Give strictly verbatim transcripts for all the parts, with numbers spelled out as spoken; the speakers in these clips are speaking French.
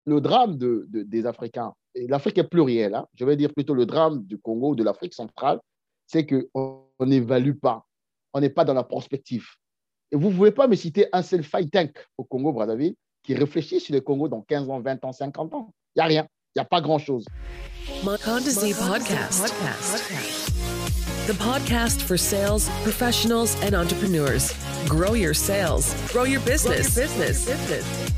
le drame de, de, des Africains, et l'Afrique est plurielle, hein, je vais dire plutôt le drame du Congo, de l'Afrique centrale, c'est qu'on n'évalue pas, on n'est pas dans la prospective. Et vous ne pouvez pas me citer un seul fight tank au Congo-Brazzaville qui réfléchit sur le Congo dans quinze ans, vingt ans, cinquante ans. Il n'y a rien, il n'y a pas grand-chose. Mondesi Podcast. Podcast. The podcast for sales professionals and entrepreneurs. Grow your sales. Grow your business. Grow your business. business.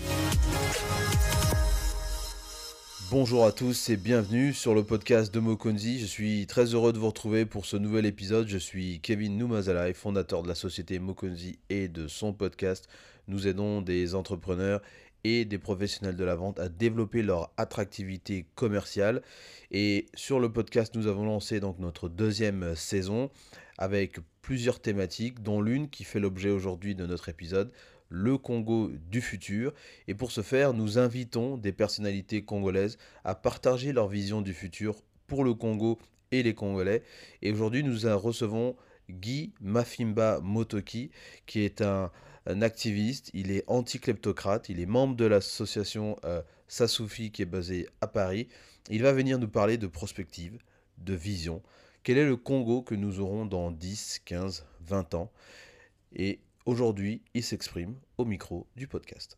Bonjour à tous et bienvenue sur le podcast de Mokonzi. Je suis très heureux de vous retrouver pour ce nouvel épisode. Je suis Kevin Noumazalai, fondateur de la société Mokonzi et de son podcast. Nous aidons des entrepreneurs et des professionnels de la vente à développer leur attractivité commerciale. Et sur le podcast, nous avons lancé donc notre deuxième saison avec plusieurs thématiques, dont l'une qui fait l'objet aujourd'hui de notre épisode, le Congo du futur. Et pour ce faire, nous invitons des personnalités congolaises à partager leur vision du futur pour le Congo et les Congolais. Et aujourd'hui, nous recevons Guy Mafimba Motoki, qui est un, un activiste. Il est anti-kleptocrate, il est membre de l'association euh, Sasoufi qui est basée à Paris. Il va venir nous parler de prospective, de vision. Quel est le Congo que nous aurons dans dix, quinze, vingt ans? Et aujourd'hui, il s'exprime au micro du podcast.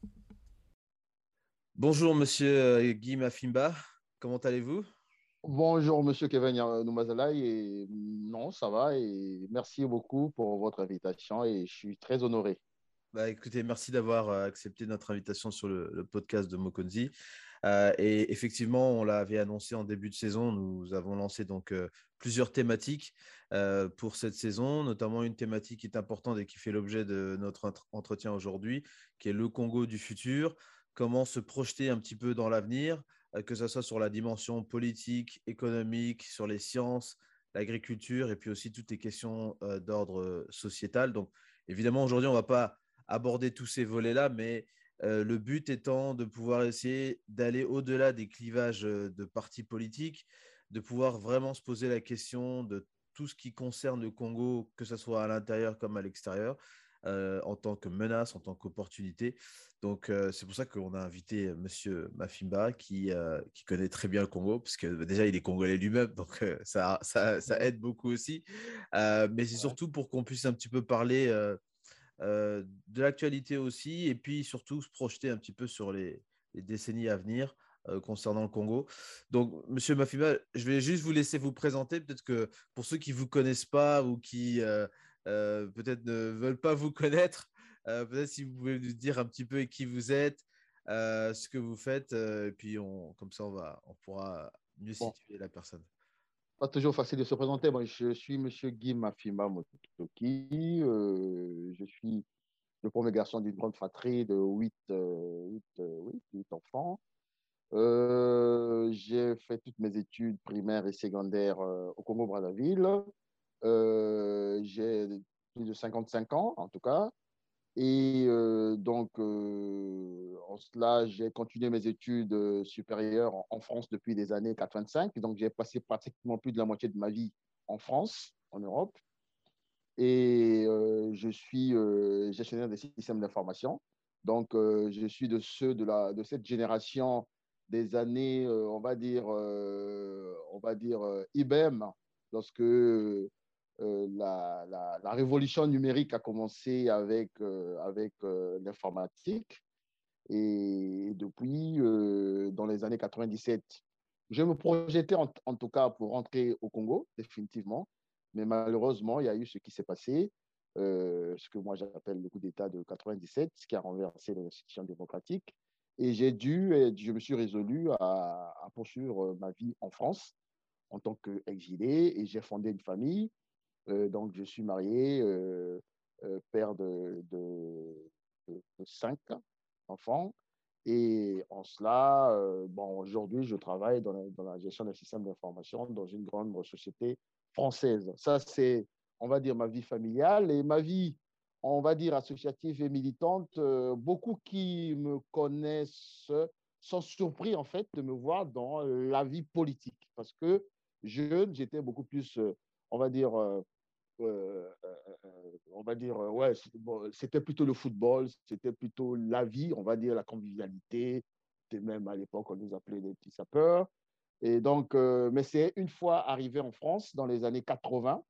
Bonjour, monsieur Guy Mafimba. Comment allez-vous? Bonjour, monsieur Kevin Noumazalai. Et non, ça va. Et merci beaucoup pour votre invitation. Et je suis très honoré. Bah, écoutez, merci d'avoir accepté notre invitation sur le, le podcast de Mokonzi. Euh, et effectivement, on l'avait annoncé en début de saison, nous avons lancé donc euh, plusieurs thématiques euh, pour cette saison, notamment une thématique qui est importante et qui fait l'objet de notre entre- entretien aujourd'hui, qui est le Congo du futur. Comment se projeter un petit peu dans l'avenir, euh, que ce soit sur la dimension politique, économique, sur les sciences, l'agriculture et puis aussi toutes les questions euh, d'ordre sociétal. Donc, évidemment, aujourd'hui, on ne va pas aborder tous ces volets-là, mais euh, le but étant de pouvoir essayer d'aller au-delà des clivages de partis politiques, de pouvoir vraiment se poser la question de tout ce qui concerne le Congo, que ce soit à l'intérieur comme à l'extérieur, euh, en tant que menace, en tant qu'opportunité. Donc, euh, c'est pour ça qu'on a invité M. Mafimba, qui, euh, qui connaît très bien le Congo, parce que déjà, il est congolais lui-même, donc euh, ça, ça, ça aide beaucoup aussi. Euh, mais c'est surtout pour qu'on puisse un petit peu parler euh, euh, de l'actualité aussi, et puis surtout se projeter un petit peu sur les, les décennies à venir euh, concernant le Congo. Donc, Monsieur Mafimba, je vais juste vous laisser vous présenter. Peut-être que pour ceux qui ne vous connaissent pas ou qui euh, euh, peut-être ne veulent pas vous connaître, euh, peut-être si vous pouvez nous dire un petit peu qui vous êtes, euh, ce que vous faites, euh, et puis on, comme ça, on, va, on pourra mieux Bon, situer la personne. pas toujours facile de se présenter. Moi, je suis monsieur Guy Mafimba Motoki. Euh, je suis le premier garçon d'une grande fratrie de huit, euh, huit, euh, oui, huit enfants. Euh, j'ai fait toutes mes études primaires et secondaires euh, au Congo-Brazzaville. Euh, j'ai plus de cinquante-cinq ans, en tout cas. Et euh, donc, euh, en cela, j'ai continué mes études euh, supérieures en, en France depuis les années quatre-vingt-cinq. Donc, j'ai passé pratiquement plus de la moitié de ma vie en France, en Europe. Et euh, je suis euh, gestionnaire des systèmes d'information. Donc, euh, je suis de ceux de, la, de cette génération des années, euh, on va dire, euh, on va dire euh, I B M, lorsque euh, la, la, la révolution numérique a commencé avec, euh, avec euh, l'informatique. Et depuis, euh, dans les années quatre-vingt-dix-sept, je me projetais en, en tout cas pour rentrer au Congo, définitivement. Mais malheureusement, il y a eu ce qui s'est passé, euh, ce que moi j'appelle le coup d'État de quatre-vingt-dix-sept, ce qui a renversé les institutions démocratiques. Et j'ai dû, et je me suis résolu à, à poursuivre ma vie en France en tant qu'exilé et j'ai fondé une famille. Euh, donc, je suis marié, euh, euh, père de, de, de, de cinq enfants. Et en cela, euh, bon, aujourd'hui, je travaille dans la, dans la gestion des systèmes d'information dans une grande société française. Ça, c'est, on va dire, ma vie familiale et ma vie, on va dire, associative et militante. Euh, beaucoup qui me connaissent sont surpris, en fait, de me voir dans la vie politique parce que jeune, j'étais beaucoup plus, euh, on va dire, euh, euh, euh, euh, on va dire, euh, ouais, c'était bon, c'était plutôt le football, c'était plutôt la vie, on va dire, la convivialité, était même à l'époque, on nous appelait les petits sapeurs. Et donc, euh, mais c'est une fois arrivé en France, dans les années quatre-vingts,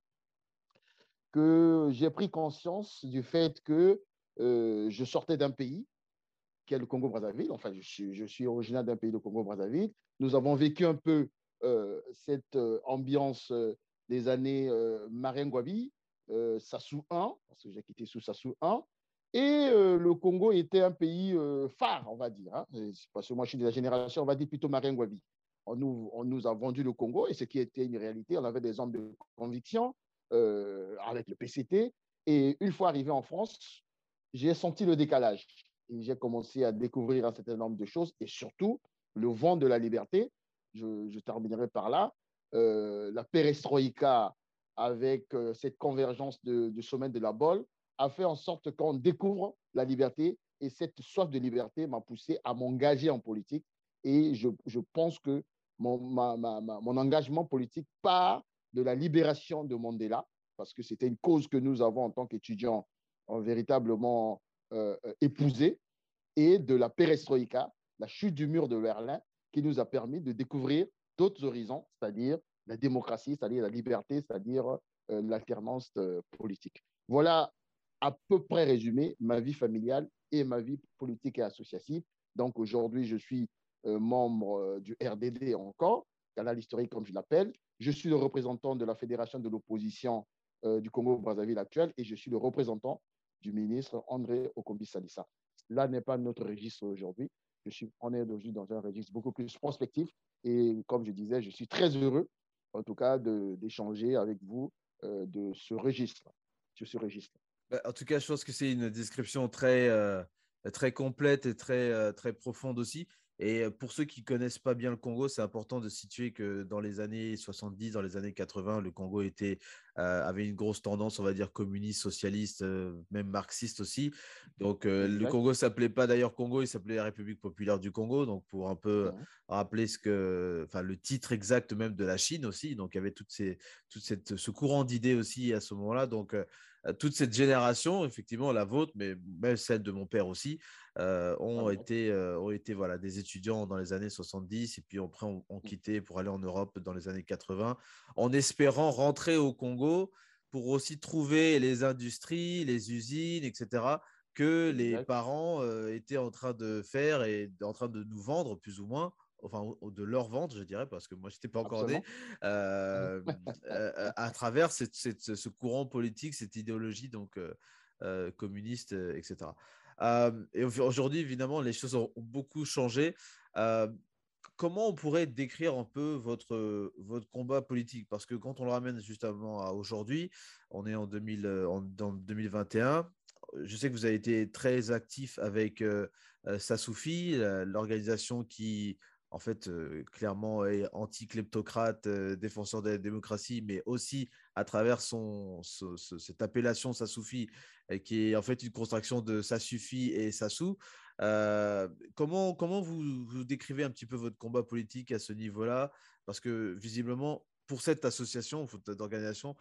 que j'ai pris conscience du fait que euh, je sortais d'un pays, qui est le Congo-Brazzaville. Enfin, je suis, je suis originaire d'un pays, de Congo-Brazzaville. Nous avons vécu un peu euh, cette euh, ambiance euh, des années euh, Maringouabi, euh, Sassou un, parce que j'ai quitté sous Sassou un. Et euh, le Congo était un pays euh, phare, on va dire. Hein, parce que moi, je suis de la génération, on va dire plutôt Maringouabi. On nous, on nous a vendu le Congo, et ce qui était une réalité, on avait des hommes de conviction euh, avec le P C T. Et une fois arrivé en France, j'ai senti le décalage. Et j'ai commencé à découvrir un certain nombre de choses, et surtout le vent de la liberté. Je, je terminerai par là. Euh, la perestroïka, avec euh, cette convergence de, du sommet de la Bolle, a fait en sorte qu'on découvre la liberté, et cette soif de liberté m'a poussé à m'engager en politique. Et je, je pense que mon, ma, ma, ma, mon engagement politique part de la libération de Mandela, parce que c'était une cause que nous avons en tant qu'étudiants véritablement euh, épousée, et de la perestroïka, la chute du mur de Berlin, qui nous a permis de découvrir d'autres horizons, c'est-à-dire la démocratie, c'est-à-dire la liberté, c'est-à-dire euh, l'alternance euh, politique. Voilà à peu près résumé ma vie familiale et ma vie politique et associative. Donc aujourd'hui, je suis euh, membre euh, du R D D encore, canal historique comme je l'appelle. Je suis le représentant de la Fédération de l'opposition euh, du Congo-Brazzaville actuel, et je suis le représentant du ministre André Okombi-Salissa. Là n'est pas notre registre aujourd'hui. Je suis, on est aujourd'hui dans un registre beaucoup plus prospectif, et comme je disais, je suis très heureux, en tout cas, d'échanger avec vous euh, de ce registre, sur ce registre. En tout cas, je pense que c'est une description très, euh, très complète et très, euh, très profonde aussi. Et pour ceux qui ne connaissent pas bien le Congo, c'est important de situer que dans les années soixante-dix, dans les années quatre-vingts, le Congo était, euh, avait une grosse tendance, on va dire, communiste, socialiste, euh, même marxiste aussi. Donc, euh, le Congo ne s'appelait pas d'ailleurs Congo, il s'appelait la République populaire du Congo. Donc, pour un peu mmh. rappeler ce que, enfin, le titre exact même de la Chine aussi. Donc, il y avait toutes ces, toute cette, ce courant d'idées aussi à ce moment-là. Donc, euh, toute cette génération, effectivement, la vôtre, mais même celle de mon père aussi, euh, ont, ah, été, euh, ont été voilà, des étudiants dans les années soixante-dix, et puis après, on, on quitté pour aller en Europe dans les années quatre-vingts, en espérant rentrer au Congo pour aussi trouver les industries, les usines, et cetera, que les exact. parents euh, étaient en train de faire et en train de nous vendre, plus ou moins, enfin de leur vente, je dirais, parce que moi, je n'étais pas encore né, euh, euh, à travers cette, cette, ce courant politique, cette idéologie donc, euh, euh, communiste, euh, et cetera. Euh, et aujourd'hui, évidemment, les choses ont beaucoup changé. Euh, comment on pourrait décrire un peu votre, votre combat politique? Parce que quand on le ramène justement à aujourd'hui, on est en, deux mille, en, en deux mille vingt et un, je sais que vous avez été très actif avec euh, Sassoufi, l'organisation qui, en fait, euh, clairement est anti-kleptocrate, euh, défenseur de la démocratie, mais aussi à travers son, ce, ce, cette appellation Sassoufi, euh, qui est en fait une contraction de ça suffit et Sassou. Euh, comment, comment vous, vous décrivez un petit peu votre combat politique à ce niveau-là? Parce que visiblement, pour cette association, cette organisation,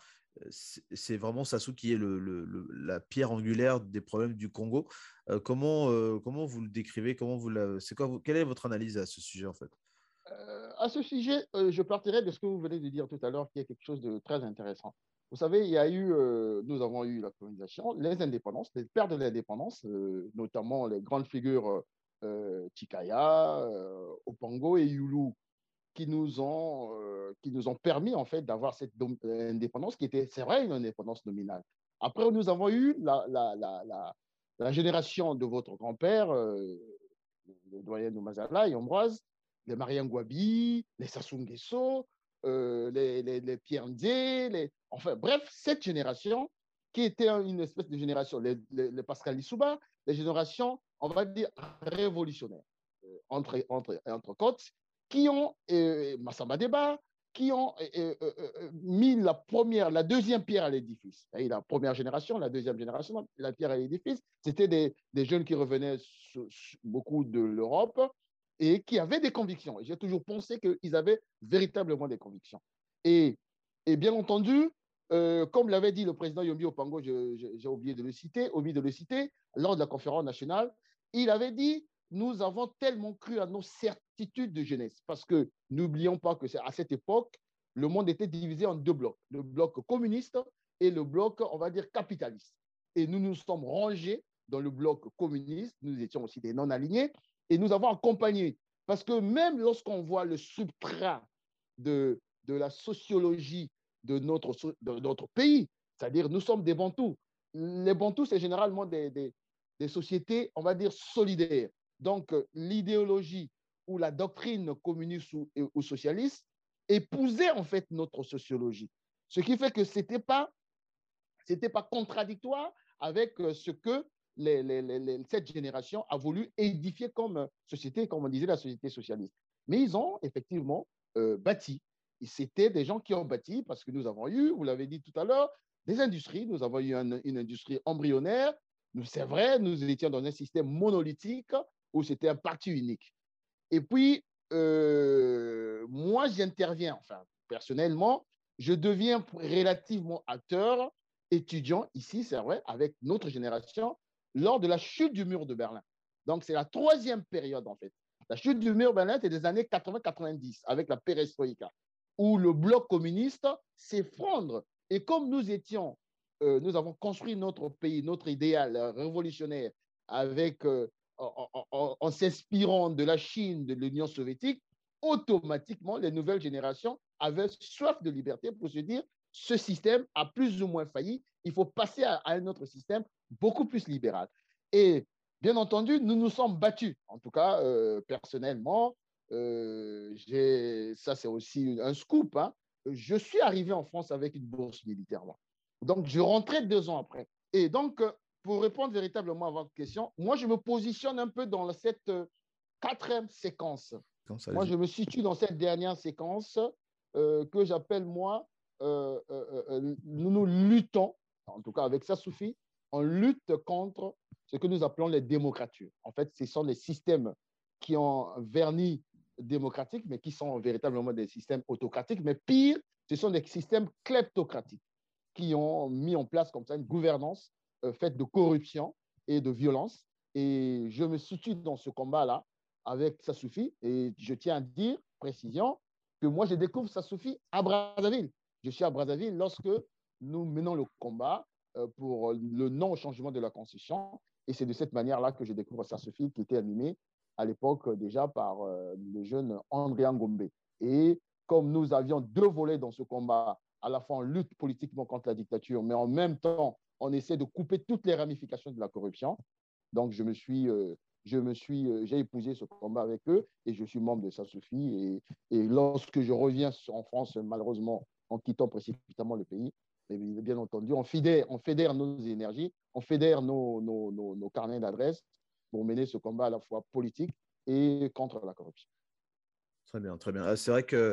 c'est vraiment Sassou qui est le, le, le, la pierre angulaire des problèmes du Congo. Euh, comment, euh, comment vous le décrivez? Comment vous la... C'est quoi, quelle est votre analyse à ce sujet en fait? euh, À ce sujet, euh, je partirai de ce que vous venez de dire tout à l'heure, qui est quelque chose de très intéressant. Vous savez, il y a eu, euh, nous avons eu la colonisation, les indépendances, les pères de l'indépendance, euh, notamment les grandes figures euh, Chikaya, euh, Opango et Youlou, qui nous ont, euh, qui nous ont permis en fait d'avoir cette indépendance qui était, c'est vrai, une indépendance nominale. Après, nous avons eu la, la, la, la, la génération de votre grand-père, euh, le doyen de Mazala et Ambroise, les Mariam Gwabi, les Sassou Nguesso, euh, les, les, les Pierre Ndié, les... enfin bref, cette génération qui était une espèce de génération, les, les, les Pascal Lissouba, les générations, on va dire, révolutionnaires, euh, entre, entre, entre côtes, qui ont, euh, Massamba Deba, qui ont euh, euh, euh, mis la première, la deuxième pierre à l'édifice. La première génération, la deuxième génération, la pierre à l'édifice, c'était des, des jeunes qui revenaient sur, sur beaucoup de l'Europe et qui avaient des convictions. J'ai toujours pensé qu'ils avaient véritablement des convictions. Et, et bien entendu, euh, comme l'avait dit le président Yombi Opango, j'ai oublié de le citer, omis de le citer, lors de la conférence nationale, il avait dit nous avons tellement cru à nos certitudes de jeunesse. Parce que n'oublions pas que à cette époque, le monde était divisé en deux blocs, le bloc communiste et le bloc, on va dire, capitaliste. Et nous nous sommes rangés dans le bloc communiste, nous étions aussi des non-alignés, et nous avons accompagné. Parce que même lorsqu'on voit le substrat de, de la sociologie de notre, de notre pays, c'est-à-dire nous sommes des Bantous. Les Bantous, c'est généralement des, des, des sociétés, on va dire, solidaires. Donc, l'idéologie ou la doctrine communiste ou, ou socialiste épousait en fait notre sociologie. Ce qui fait que ce n'était pas, c'était pas contradictoire avec ce que les, les, les, cette génération a voulu édifier comme société, comme on disait, la société socialiste. Mais ils ont effectivement euh, bâti. C'était des gens qui ont bâti parce que nous avons eu, vous l'avez dit tout à l'heure, des industries. Nous avons eu un, une industrie embryonnaire. C'est vrai, nous étions dans un système monolithique où c'était un parti unique. Et puis, euh, moi, j'interviens, enfin, personnellement, je deviens relativement acteur, étudiant ici, c'est vrai, avec notre génération, lors de la chute du mur de Berlin. Donc, c'est la troisième période, en fait. La chute du mur de Berlin, c'est des années quatre-vingts quatre-vingt-dix, avec la perestroïka, où le bloc communiste s'effondre. Et comme nous étions, euh, nous avons construit notre pays, notre idéal révolutionnaire, avec... Euh, En, en, en s'inspirant de la Chine, de l'Union soviétique, automatiquement, les nouvelles générations avaient soif de liberté pour se dire ce système a plus ou moins failli, il faut passer à, à un autre système beaucoup plus libéral. Et bien entendu, nous nous sommes battus. En tout cas, euh, personnellement, euh, ça c'est aussi un scoop. Hein. Je suis arrivé en France avec une bourse militaire. Moi. Donc, je rentrais deux ans après. Et donc, pour répondre véritablement à votre question, moi, je me positionne un peu dans cette euh, quatrième séquence. Moi, je me situe dans cette dernière séquence euh, que j'appelle, moi, euh, euh, euh, nous nous luttons, en tout cas avec Sassoufi, on lutte contre ce que nous appelons les démocratures. En fait, ce sont des systèmes qui ont vernis démocratique, mais qui sont véritablement des systèmes autocratiques. Mais pire, ce sont des systèmes kleptocratiques qui ont mis en place comme ça une gouvernance euh, faite de corruption et de violence. Et je me situe dans ce combat-là avec Sassoufi. Et je tiens à dire, précision, que moi, je découvre Sassoufi à Brazzaville. Je suis à Brazzaville lorsque nous menons le combat euh, pour le non au changement de la Constitution. Et c'est de cette manière-là que je découvre Sassoufi, qui était animé à l'époque déjà par euh, le jeune André Ngombe. Et comme nous avions deux volets dans ce combat, à la fois on lutte politiquement contre la dictature, mais en même temps, on essaie de couper toutes les ramifications de la corruption. Donc, je me suis, euh, je me suis, euh, j'ai épousé ce combat avec eux et je suis membre de Sassoufi. Et, et lorsque je reviens en France, malheureusement, en quittant précipitamment le pays, et bien entendu, on fédère, on fédère nos énergies, on fédère nos, nos, nos, nos carnets d'adresses pour mener ce combat à la fois politique et contre la corruption. Très bien, très bien. C'est vrai que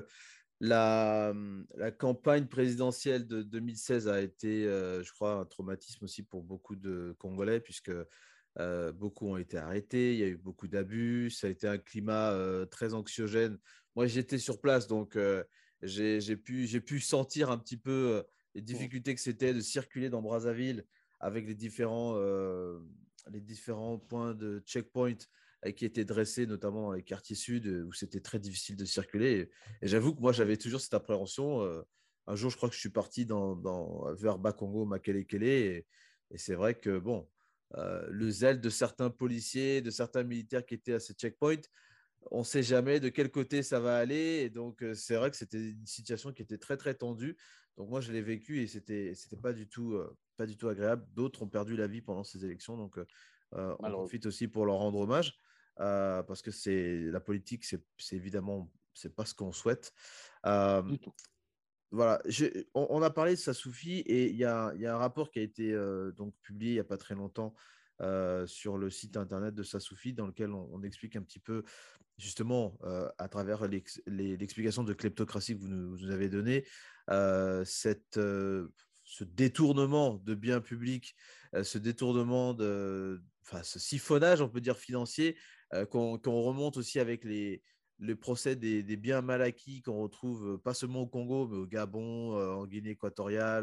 la, la campagne présidentielle de deux mille seize a été, euh, je crois, un traumatisme aussi pour beaucoup de Congolais, puisque euh, beaucoup ont été arrêtés, il y a eu beaucoup d'abus, ça a été un climat euh, très anxiogène. Moi, j'étais sur place, donc euh, j'ai, j'ai pu, j'ai pu sentir un petit peu euh, les difficultés que c'était de circuler dans Brazzaville avec les différents, euh, les différents points de checkpoint qui étaient dressés, notamment dans les quartiers sud, où c'était très difficile de circuler. Et, et j'avoue que moi, j'avais toujours cette appréhension. Euh, un jour, je crois que je suis parti dans, dans, vers Bakongo, Makelekele, et, et c'est vrai que, bon, euh, le zèle de certains policiers, de certains militaires qui étaient à ces checkpoints, on ne sait jamais de quel côté ça va aller. Et donc, c'est vrai que c'était une situation qui était très, très tendue. Donc, moi, je l'ai vécu et ce n'était pas, du tout, euh, pas du tout agréable. D'autres ont perdu la vie pendant ces élections. Donc, euh, on profite aussi pour leur rendre hommage. Euh, parce que c'est la politique, c'est évidemment c'est pas ce qu'on souhaite. Euh, du tout. Voilà, on, on a parlé de Sassoufi et il y a, y a un rapport qui a été euh, donc publié il n'y a pas très longtemps euh, sur le site internet de Sassoufi dans lequel on, on explique un petit peu justement euh, à travers l'explication de kleptocratie que vous nous, vous nous avez donnée, euh, cette, euh, ce détournement de biens publics, euh, ce détournement de, enfin ce siphonnage, on peut dire financier, euh, qu'on qu'on remonte aussi avec les, le procès des, des biens mal acquis qu'on retrouve pas seulement au Congo, mais au Gabon, euh, en Guinée équatoriale,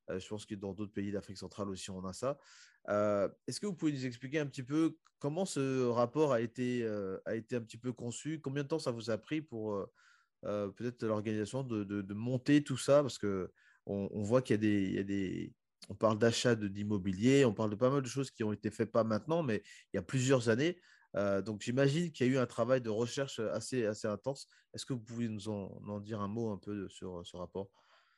Euh, je pense que dans d'autres pays d'Afrique centrale aussi, on a ça. Euh, est-ce que vous pouvez nous expliquer un petit peu comment ce rapport a été, euh, a été un petit peu conçu? Combien de temps ça vous a pris pour euh, euh, peut-être l'organisation de, de, de monter tout ça? Parce que on, on voit qu'il y a des, il y a des, on parle d'achat de- d'immobilier, on parle de pas mal de choses qui ont été faites pas maintenant, mais il y a plusieurs années. Euh, donc j'imagine qu'il y a eu un travail de recherche assez, assez intense. Est-ce que vous pouvez nous en, en dire un mot un peu sur ce rapport?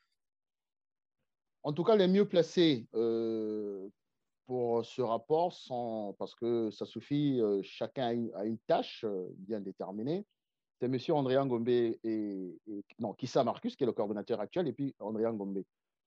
En tout cas, les mieux placés euh, pour ce rapport sont, parce que ça suffit, euh, chacun a une, a une tâche euh, bien déterminée. C'est M. André Ngombe et, et, non, Kissa Marcus, qui est le coordonnateur actuel, et puis André Ngombe.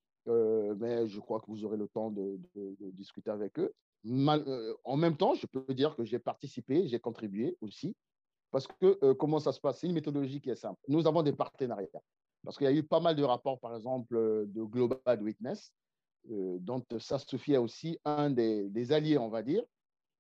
Euh, mais je crois que vous aurez le temps de, de, de discuter avec eux. Mal, euh, en même temps, je peux dire que j'ai participé, j'ai contribué aussi, parce que euh, comment ça se passe? C'est une méthodologie qui est simple. Nous avons des partenariats, parce qu'il y a eu pas mal de rapports, par exemple, de Global Witness, euh, dont ça suffit aussi un des, des alliés, on va dire,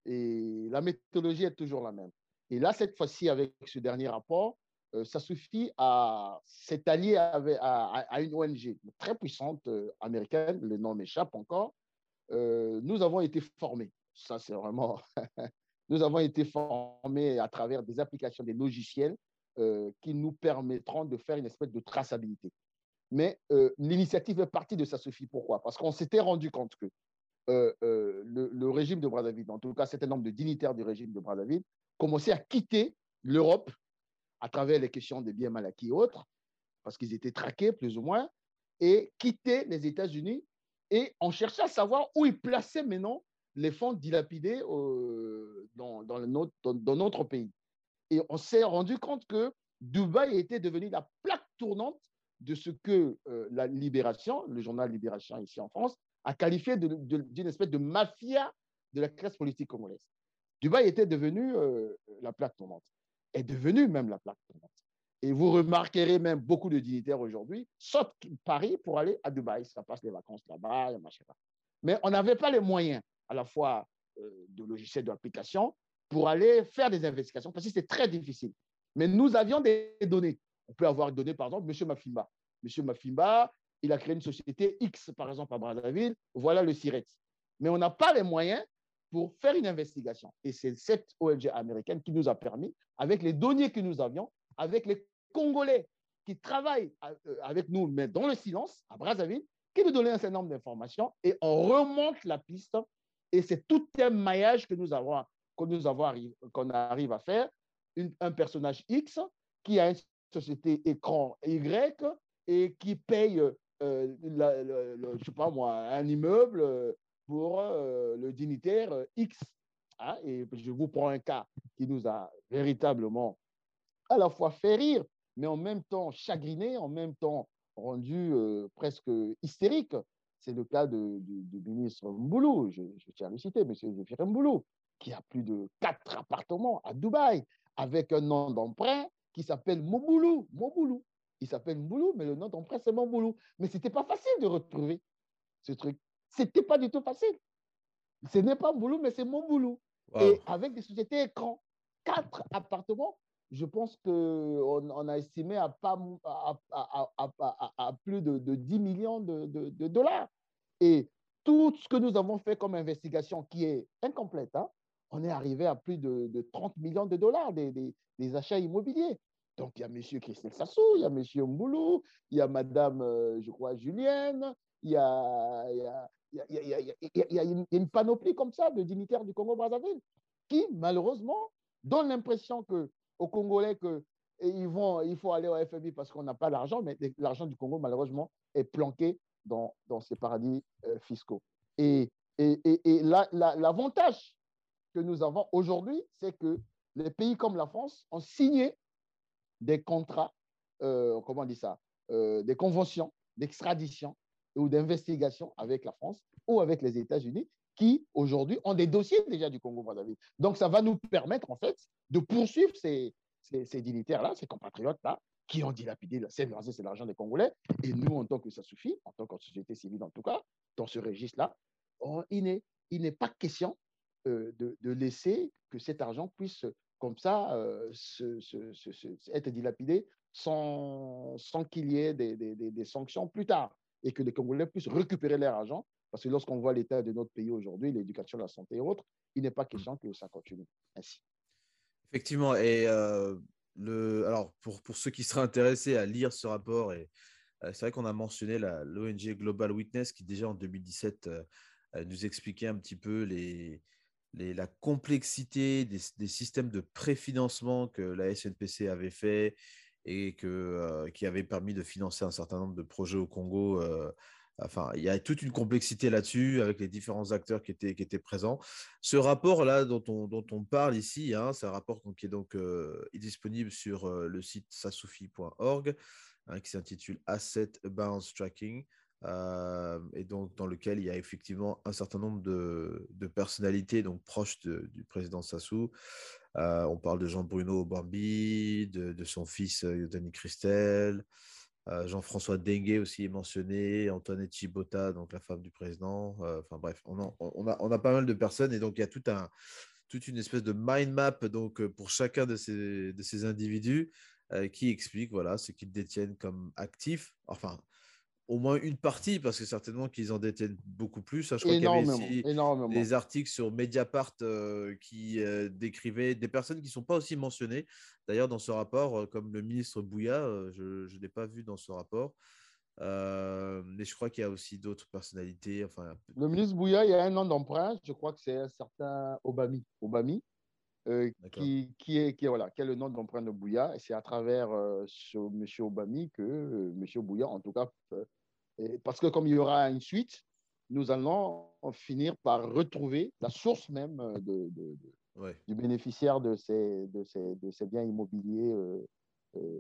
et la méthodologie est toujours la même. Et là, cette fois-ci, avec ce dernier rapport, euh, ça suffit à s'être allié à, à, à, une O N G très puissante euh, américaine, le nom m'échappe encore. Euh, nous avons été formés. Ça, c'est vraiment. Nous avons été formés à travers des applications, des logiciels euh, qui nous permettront de faire une espèce de traçabilité. Mais euh, l'initiative est partie de ça, Sophie. Pourquoi? Parce qu'on s'était rendu compte que euh, euh, le, le, régime de Brazzaville, en tout cas, un certain nombre de dignitaires du régime de Brazzaville, commençaient à quitter l'Europe à travers les questions des biens mal acquis et autres, parce qu'ils étaient traqués plus ou moins, et quitter les États-Unis. Et on cherchait à savoir où ils plaçaient maintenant les fonds dilapidés euh, dans, dans, notre, dans, dans notre pays. Et on s'est rendu compte que Dubaï était devenu la plaque tournante de ce que euh, la Libération, le journal Libération ici en France, a qualifié d'une espèce de mafia de la classe politique congolaise. Dubaï était devenu euh, la plaque tournante, est devenu même la plaque tournante. Et vous remarquerez même beaucoup de dignitaires aujourd'hui sortent Paris pour aller à Dubaï. Ça passe les vacances là-bas, machin. Mais on n'avait pas les moyens à la fois euh, de logiciels d'application pour aller faire des investigations parce que c'était très difficile. Mais nous avions des données. On peut avoir des données, par exemple, M. Mafimba. M. Mafimba, il a créé une société X, par exemple, à Brazzaville. Voilà le CIRET. Mais on n'a pas les moyens pour faire une investigation. Et c'est cette O N G américaine qui nous a permis, avec les données que nous avions, avec les Congolais qui travaillent avec nous, mais dans le silence, à Brazzaville, qui nous donnaient un certain nombre d'informations et on remonte la piste. Et c'est tout un maillage que nous avons, que nous avons qu'on arrive à faire. Une, un personnage X qui a une société écran Y et qui paye, euh, la, la, la, je sais pas moi, un immeuble pour euh, le dignitaire X. Hein, et je vous prends un cas qui nous a véritablement à la fois fait rire, mais en même temps chagriné, en même temps rendu euh, presque hystérique. C'est le cas de, du, du ministre Mboulou, je, je tiens à le citer, M. Zéphir Mboulou, qui a plus de quatre appartements à Dubaï, avec un nom d'emprunt qui s'appelle Moboulou. Moboulou. Il s'appelle Mboulou, mais le nom d'emprunt, c'est Moboulou. Mais ce n'était pas facile de retrouver ce truc. Ce n'était pas du tout facile. Ce n'est pas Mboulou, mais c'est Moboulou. Wow. Et avec des sociétés écrans, quatre appartements, je pense qu'on on a estimé à, pas, à, à, à, à, à plus de, de dix millions de, de, de dollars. Et tout ce que nous avons fait comme investigation, qui est incomplète, hein, on est arrivé à plus de, de trente millions de dollars des, des, des achats immobiliers. Donc, il y a M. Christelle Sassou, il y a M. Mboulou, il y a Mme, euh, je crois, Julienne, il y a, il y a, il y a, il y a, il y a, il y a une, une panoplie comme ça de dignitaires du Congo-Brazzaville qui, malheureusement, donnent l'impression que aux Congolais que ils vont, il faut aller au F M I parce qu'on n'a pas l'argent, mais l'argent du Congo, malheureusement, est planqué dans, dans ces paradis euh, fiscaux. Et, et, et, et l'avantage la, que nous avons aujourd'hui, c'est que les pays comme la France ont signé des contrats, euh, comment on dit ça, euh, des conventions d'extradition ou d'investigation avec la France ou avec les États-Unis qui, aujourd'hui, ont des dossiers déjà du Congo-Brazzaville. Donc, ça va nous permettre, en fait, de poursuivre ces, ces, ces dignitaires-là, ces compatriotes-là, qui ont dilapidé, c'est l'argent des Congolais. Et nous, en tant que ça suffit, en tant que société civile en tout cas, dans ce registre-là, oh, il n'est pas question euh, de, de laisser que cet argent puisse, comme ça, euh, se, se, se, se, être dilapidé sans, sans qu'il y ait des, des, des, des sanctions plus tard. et que les Congolais puissent récupérer leur argent. Parce que lorsqu'on voit l'état de notre pays aujourd'hui, l'éducation, la santé et autres, il n'est pas question que ça continue ainsi. Effectivement. Et euh, le, alors, pour, pour ceux qui seraient intéressés à lire ce rapport, et euh, c'est vrai qu'on a mentionné l'O N G Global Witness qui, déjà en deux mille dix-sept, euh, nous expliquait un petit peu les, les, la complexité des, des systèmes de préfinancement que la S N P C avait fait et que, euh, qui avait permis de financer un certain nombre de projets au Congo. Euh, Enfin, il y a toute une complexité là-dessus avec les différents acteurs qui étaient, qui étaient présents. Ce rapport-là dont on, dont on parle ici, hein, c'est un rapport qui est donc euh, disponible sur euh, le site sasoufi point org, hein, qui s'intitule Asset Bounce Tracking, euh, et donc dans lequel il y a effectivement un certain nombre de, de personnalités donc proches de, du président Sassou. Euh, on parle de Jean-Bruno Bambi, de, de son fils euh, Denis Christel. Euh, Jean-François Dengue aussi est mentionné, Antoinette Chibota, donc la femme du président. Euh, enfin bref, on, en, on, a, on a pas mal de personnes et donc il y a tout un, toute une espèce de mind map donc, pour chacun de ces, de ces individus euh, qui explique voilà, ce qu'ils détiennent comme actifs. Enfin, au moins une partie, parce que certainement qu'ils en détiennent beaucoup plus. Je crois qu'il y avait Énormément, ici énormément. des articles sur Mediapart euh, qui euh, décrivaient des personnes qui ne sont pas aussi mentionnées. D'ailleurs, dans ce rapport, euh, comme le ministre Bouya, euh, je ne l'ai pas vu dans ce rapport. Euh, mais je crois qu'il y a aussi d'autres personnalités. Enfin, Le ministre Bouya, il y a un nom d'emprunt, je crois que c'est un certain Obami. Obami. Euh, qui, qui, est, qui, est, voilà, qui est le nom d'emprunt de Bouya. Et c'est à travers euh, ce M. Obami que euh, M. Bouya, en tout cas, euh, et parce que comme il y aura une suite, nous allons finir par retrouver la source même de, de, de, ouais. du bénéficiaire de ces, de ces, de ces biens immobiliers euh, euh,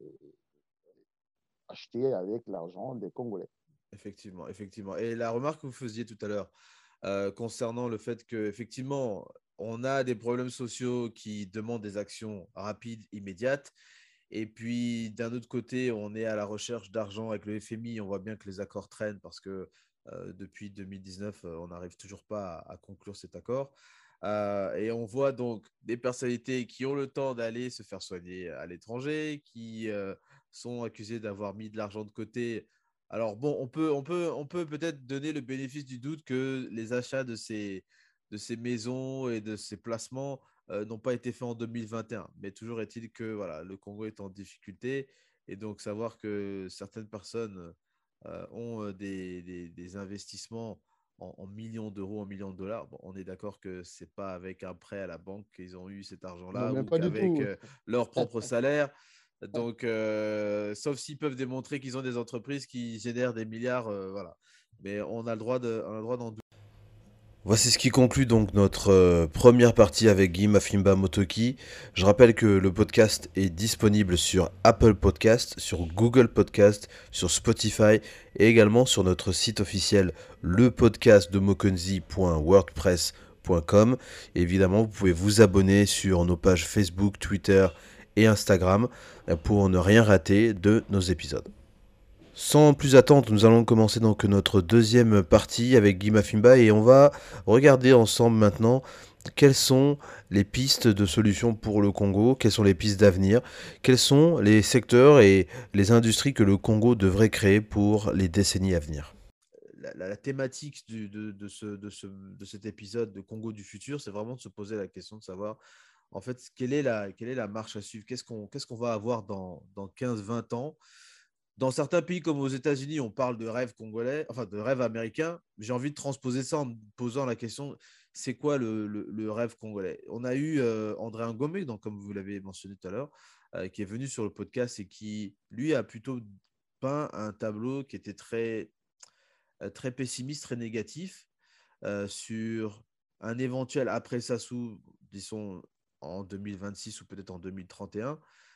achetés avec l'argent des Congolais. Effectivement, effectivement. Et la remarque que vous faisiez tout à l'heure euh, concernant le fait qu'effectivement, on a des problèmes sociaux qui demandent des actions rapides, immédiates. Et puis, d'un autre côté, on est à la recherche d'argent avec le F M I. On voit bien que les accords traînent parce que euh, depuis deux mille dix-neuf, euh, on n'arrive toujours pas à, à conclure cet accord. Euh, et on voit donc des personnalités qui ont le temps d'aller se faire soigner à l'étranger, qui euh, sont accusées d'avoir mis de l'argent de côté. Alors bon, on peut, on peut, on peut peut-être donner le bénéfice du doute que les achats de ces, de ces maisons et de ces placements euh, n'ont pas été faits en deux mille vingt et un. Mais toujours est-il que voilà, le Congo est en difficulté et donc savoir que certaines personnes euh, ont des, des, des investissements en, en millions d'euros, en millions de dollars, bon, on est d'accord que ce n'est pas avec un prêt à la banque qu'ils ont eu cet Non, argent-là mais ou pas du qu'avec tout. euh, leur propre salaire. Donc, euh, sauf s'ils peuvent démontrer qu'ils ont des entreprises qui génèrent des milliards, euh, voilà. Mais on a le droit de, on a le droit d'en douter. Voici ce qui conclut donc notre euh, première partie avec Guy Mafimba Motoki. Je rappelle que le podcast est disponible sur Apple Podcast, sur Google Podcast, sur Spotify et également sur notre site officiel le podcast de mokonzi point wordpress point com. Évidemment, vous pouvez vous abonner sur nos pages Facebook, Twitter et Instagram pour ne rien rater de nos épisodes. Sans plus attendre, nous allons commencer donc notre deuxième partie avec Guy Mafimba et on va regarder ensemble maintenant quelles sont les pistes de solutions pour le Congo, quelles sont les pistes d'avenir, quels sont les secteurs et les industries que le Congo devrait créer pour les décennies à venir. La, la, la thématique du, de, de, ce, de, ce, de cet épisode de Congo du futur, c'est vraiment de se poser la question de savoir en fait quelle est la, quelle est la marche à suivre, qu'est-ce qu'on, qu'est-ce qu'on va avoir dans, dans quinze vingt ans. Dans certains pays comme aux États-Unis, on parle de rêve congolais, enfin de rêve américain. J'ai envie de transposer ça en me posant la question, c'est quoi le, le, le rêve congolais? On a eu euh, André Ngomé, donc, comme vous l'avez mentionné tout à l'heure, euh, qui est venu sur le podcast et qui, lui, a plutôt peint un tableau qui était très, euh, très pessimiste, très négatif euh, sur un éventuel après Sassou, disons en deux mille vingt-six ou peut-être en deux mille trente et un,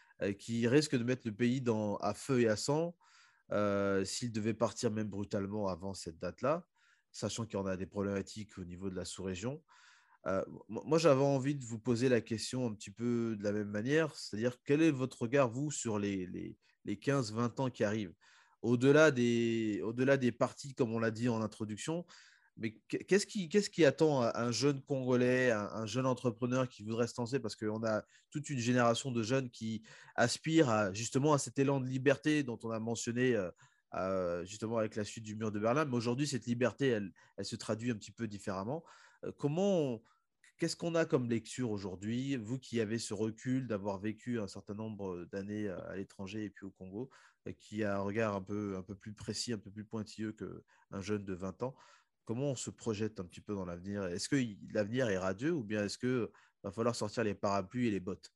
qui risque de mettre le pays dans, à feu et à sang euh, s'il devait partir même brutalement avant cette date-là, sachant qu'il y en a des problématiques au niveau de la sous-région. Euh, moi, j'avais envie de vous poser la question un petit peu de la même manière, c'est-à-dire quel est votre regard, vous, sur les, les, les quinze vingt ans qui arrivent, au-delà des, au-delà des partis, comme on l'a dit en introduction. Mais qu'est-ce qui, qu'est-ce qui attend un jeune Congolais, un, un jeune entrepreneur qui voudrait se lancer? Parce qu'on a toute une génération de jeunes qui aspirent à, justement à cet élan de liberté dont on a mentionné à, euh, justement avec la chute du mur de Berlin. Mais aujourd'hui, cette liberté, elle, elle se traduit un petit peu différemment. Euh, comment on- Qu'est-ce qu'on a comme lecture aujourd'hui, vous qui avez ce recul d'avoir vécu un certain nombre d'années à l'étranger et puis au Congo, euh, qui a un regard un peu, un peu plus précis, un peu plus pointilleux qu'un jeune de vingt ans, comment on se projette un petit peu dans l'avenir? Est-ce que l'avenir est radieux ou bien est-ce qu'il va falloir sortir les parapluies et les bottes?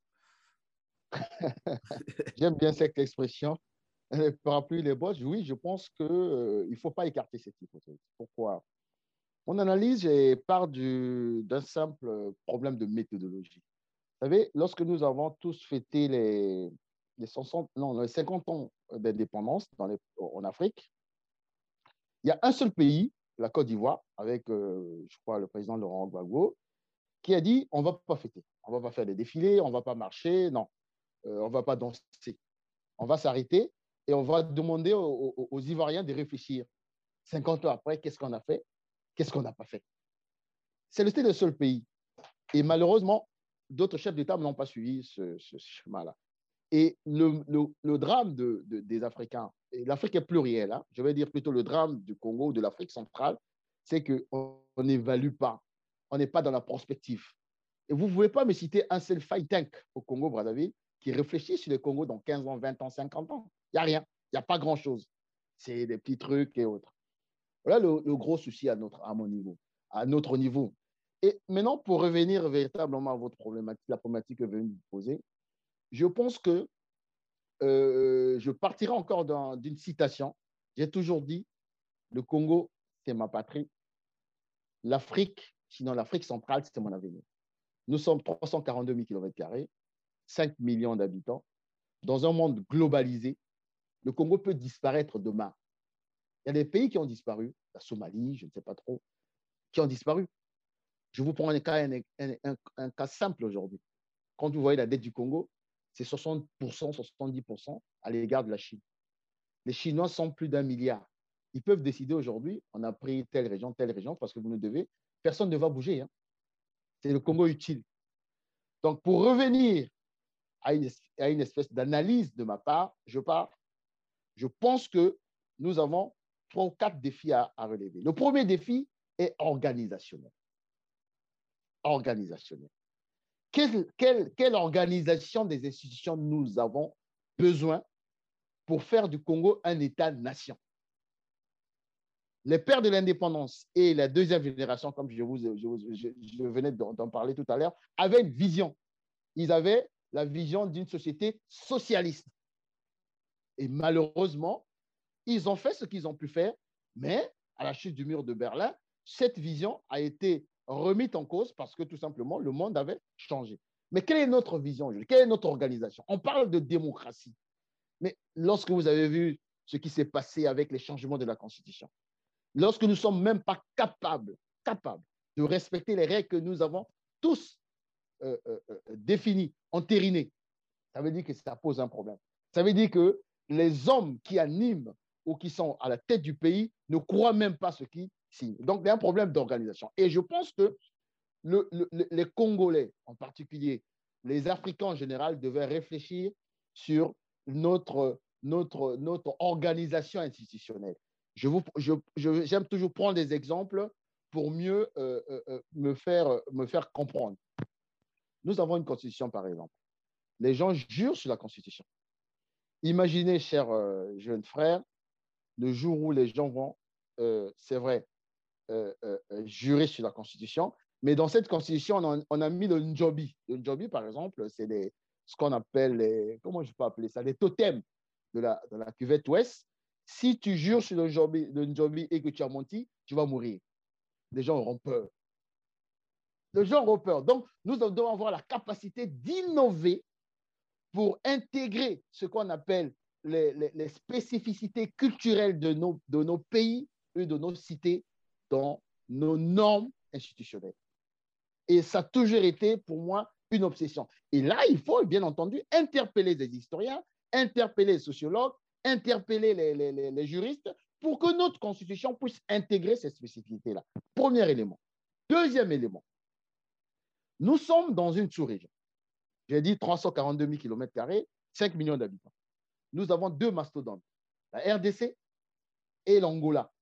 J'aime bien cette expression. Les parapluies, les bosses, oui, je pense qu'il euh, ne faut pas écarter cette hypothèse. Pourquoi? Mon analyse est part du- d'un simple problème de méthodologie. Vous savez, lorsque nous avons tous fêté les, les, soixante non, les cinquante ans d'indépendance dans les- en Afrique, il y a un seul pays, la Côte d'Ivoire, avec, euh, je crois, le président Laurent Gbagbo, qui a dit on ne va pas fêter, on ne va pas faire des défilés, on ne va pas marcher, non, euh, on ne va pas danser. On va s'arrêter et on va demander aux, aux, aux Ivoiriens de réfléchir. cinquante ans après, qu'est-ce qu'on a fait? Qu'est-ce qu'on n'a pas fait? C'est le seul pays. Et malheureusement, d'autres chefs d'État n'ont pas suivi ce, ce chemin-là. Et le, le, le drame de, de, des Africains, et l'Afrique est plurielle, hein, je vais dire plutôt le drame du Congo, de l'Afrique centrale, c'est qu'on n'évalue pas, on n'est pas dans la prospective. Et vous ne pouvez pas me citer un seul fight tank au Congo, Brazzaville, qui réfléchit sur le Congo dans quinze ans, vingt ans, cinquante ans. Il n'y a rien, il n'y a pas grand-chose. C'est des petits trucs et autres. Voilà le, le gros souci à, notre, à mon niveau, à notre niveau. Et maintenant, pour revenir véritablement à votre problématique, la problématique que vous venez de poser, je pense que euh, je partirai encore d'une citation. J'ai toujours dit, le Congo, c'est ma patrie. L'Afrique, sinon l'Afrique centrale, c'est mon avenir. Nous sommes trois cent quarante-deux mille kilomètres carrés, cinq millions d'habitants. Dans un monde globalisé, le Congo peut disparaître demain. Il y a des pays qui ont disparu, la Somalie, je ne sais pas trop, qui ont disparu. Je vous prends un cas, un, un, un, un cas simple aujourd'hui. Quand vous voyez la dette du Congo, c'est soixante pour cent, soixante-dix pour cent à l'égard de la Chine. Les Chinois sont plus d'un milliard. Ils peuvent décider aujourd'hui, on a pris telle région, telle région, parce que vous nous devez. Personne ne va bouger. Hein. C'est le Congo utile. Donc, pour revenir à une, à une espèce d'analyse de ma part, je pars, je pense que nous avons trois ou quatre défis à, à relever. Le premier défi est organisationnel. Organisationnel. Quelle, quelle, quelle organisation des institutions nous avons besoin pour faire du Congo un État-nation? Les pères de l'indépendance et la deuxième génération, comme je, vous, je, je, je venais d'en parler tout à l'heure, avaient une vision. Ils avaient la vision d'une société socialiste. Et malheureusement, ils ont fait ce qu'ils ont pu faire, mais à la chute du mur de Berlin, cette vision a été remise en cause parce que tout simplement, le monde avait changé. Mais quelle est notre vision? Quelle est notre organisation? On parle de démocratie. Mais lorsque vous avez vu ce qui s'est passé avec les changements de la Constitution, lorsque nous ne sommes même pas capables, capables de respecter les règles que nous avons tous euh, euh, définies, entérinées, ça veut dire que ça pose un problème. Ça veut dire que les hommes qui animent ou qui sont à la tête du pays ne croient même pas ce qu'ils signent. Donc, il y a un problème d'organisation. Et je pense que le, le, les Congolais, en particulier, les Africains en général, devaient réfléchir sur notre, notre, notre organisation institutionnelle. Je vous, je, je, j'aime toujours prendre des exemples pour mieux euh, euh, me, faire, me faire comprendre. Nous avons une constitution, par exemple. Les gens jurent sur la constitution. Imaginez, chers euh, jeunes frères, le jour où les gens vont, euh, c'est vrai, euh, euh, jurer sur la constitution, mais dans cette constitution, on a, on a mis le Njobi. Le Njobi, par exemple, c'est des, ce qu'on appelle, les, comment je peux appeler ça, les totems de la, de la cuvette ouest. Si tu jures sur le Njobi, le Njobi et que tu as menti, tu vas mourir. Les gens auront peur. Les gens auront peur. Donc, nous devons avoir la capacité d'innover pour intégrer ce qu'on appelle les, les, les spécificités culturelles de nos, de nos pays et de nos cités dans nos normes institutionnelles. Et ça a toujours été pour moi une obsession. Et là, il faut bien entendu interpeller les historiens, interpeller les sociologues, interpeller les, les, les, les juristes pour que notre constitution puisse intégrer ces spécificités-là. Premier élément. Deuxième élément. Nous sommes dans une sous-région. J'ai dit trois cent quarante-deux mille kilomètres carrés, cinq millions d'habitants. Nous avons deux mastodontes, la R D C et l'Angola.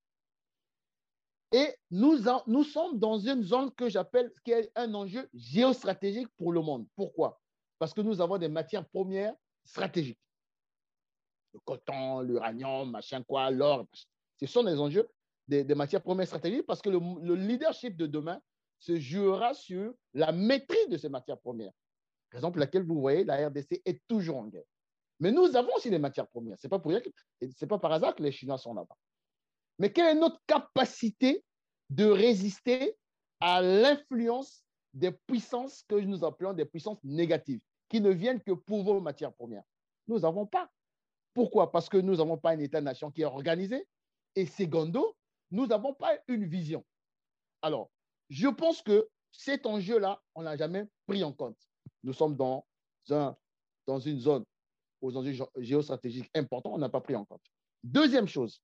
Et nous, en, nous sommes dans une zone que j'appelle qui est un enjeu géostratégique pour le monde. Pourquoi? Parce que nous avons des matières premières stratégiques. Le coton, l'uranium, machin quoi, l'or. Ce sont des enjeux des, des matières premières stratégiques parce que le, le leadership de demain se jouera sur la maîtrise de ces matières premières. Raison pour laquelle vous voyez, la R D C est toujours en guerre. Mais nous avons aussi des matières premières. Ce n'est pas pour rien que, c'est pas par hasard que les Chinois sont là-bas. Mais quelle est notre capacité de résister à l'influence des puissances que nous appelons des puissances négatives, qui ne viennent que pour vos matières premières? Nous n'avons pas. Pourquoi? Parce que nous n'avons pas un État-nation qui est organisé. Et secondo, nous n'avons pas une vision. Alors, je pense que cet enjeu-là, on ne l'a jamais pris en compte. Nous sommes dans, un, dans une zone aux enjeux géostratégiques importants, on n'a pas pris en compte. Deuxième chose,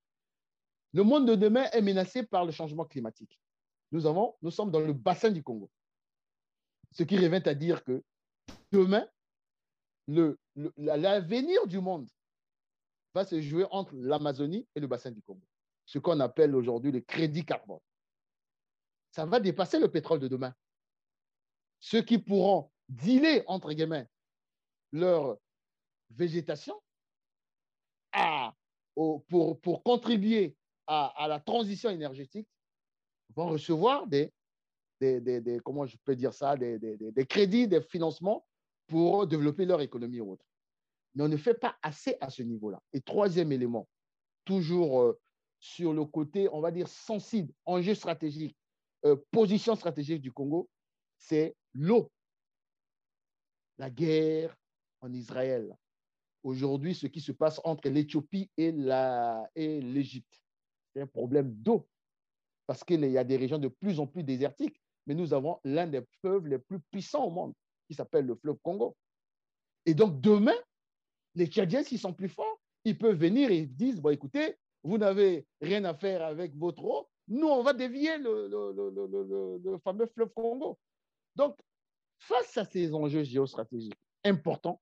le monde de demain est menacé par le changement climatique. Nous, avons, nous sommes dans le bassin du Congo. Ce qui revient à dire que demain, le, le, l'avenir du monde va se jouer entre l'Amazonie et le bassin du Congo. Ce qu'on appelle aujourd'hui le crédit carbone. Ça va dépasser le pétrole de demain. Ceux qui pourront dealer, entre guillemets, leur végétation à, au, pour, pour contribuer à, à la transition énergétique vont recevoir des, des, des, des comment je peux dire ça, des, des, des crédits, des financements pour développer leur économie ou autre. Mais on ne fait pas assez à ce niveau-là. Et troisième élément, toujours euh, sur le côté, on va dire, sensible, enjeu stratégique, euh, position stratégique du Congo, c'est l'eau. La guerre en Israël. Aujourd'hui, ce qui se passe entre l'Éthiopie et, la, et l'Égypte, c'est un problème d'eau. Parce qu'il y a des régions de plus en plus désertiques. Mais nous avons l'un des fleuves les plus puissants au monde, qui s'appelle le fleuve Congo. Et donc, demain, les Tchadiens, s'ils sont plus forts, ils peuvent venir et ils disent, bon, écoutez, vous n'avez rien à faire avec votre eau, nous, on va dévier le, le, le, le, le, le fameux fleuve Congo. Donc, face à ces enjeux géostratégiques importants,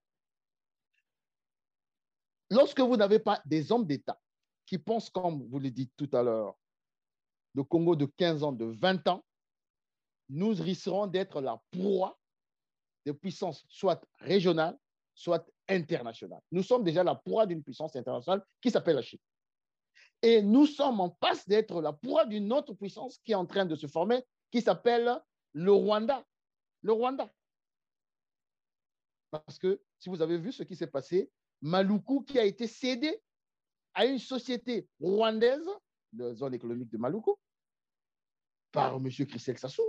lorsque vous n'avez pas des hommes d'État qui pensent, comme vous le dites tout à l'heure, le Congo de quinze ans, de vingt ans, nous risquerons d'être la proie de puissances soit régionales, soit internationales. Nous sommes déjà la proie d'une puissance internationale qui s'appelle la Chine. Et nous sommes en passe d'être la proie d'une autre puissance qui est en train de se former, qui s'appelle le Rwanda. Le Rwanda. Parce que si vous avez vu ce qui s'est passé, Maluku qui a été cédé à une société rwandaise, la zone économique de Maluku, par M. Christel Sassou.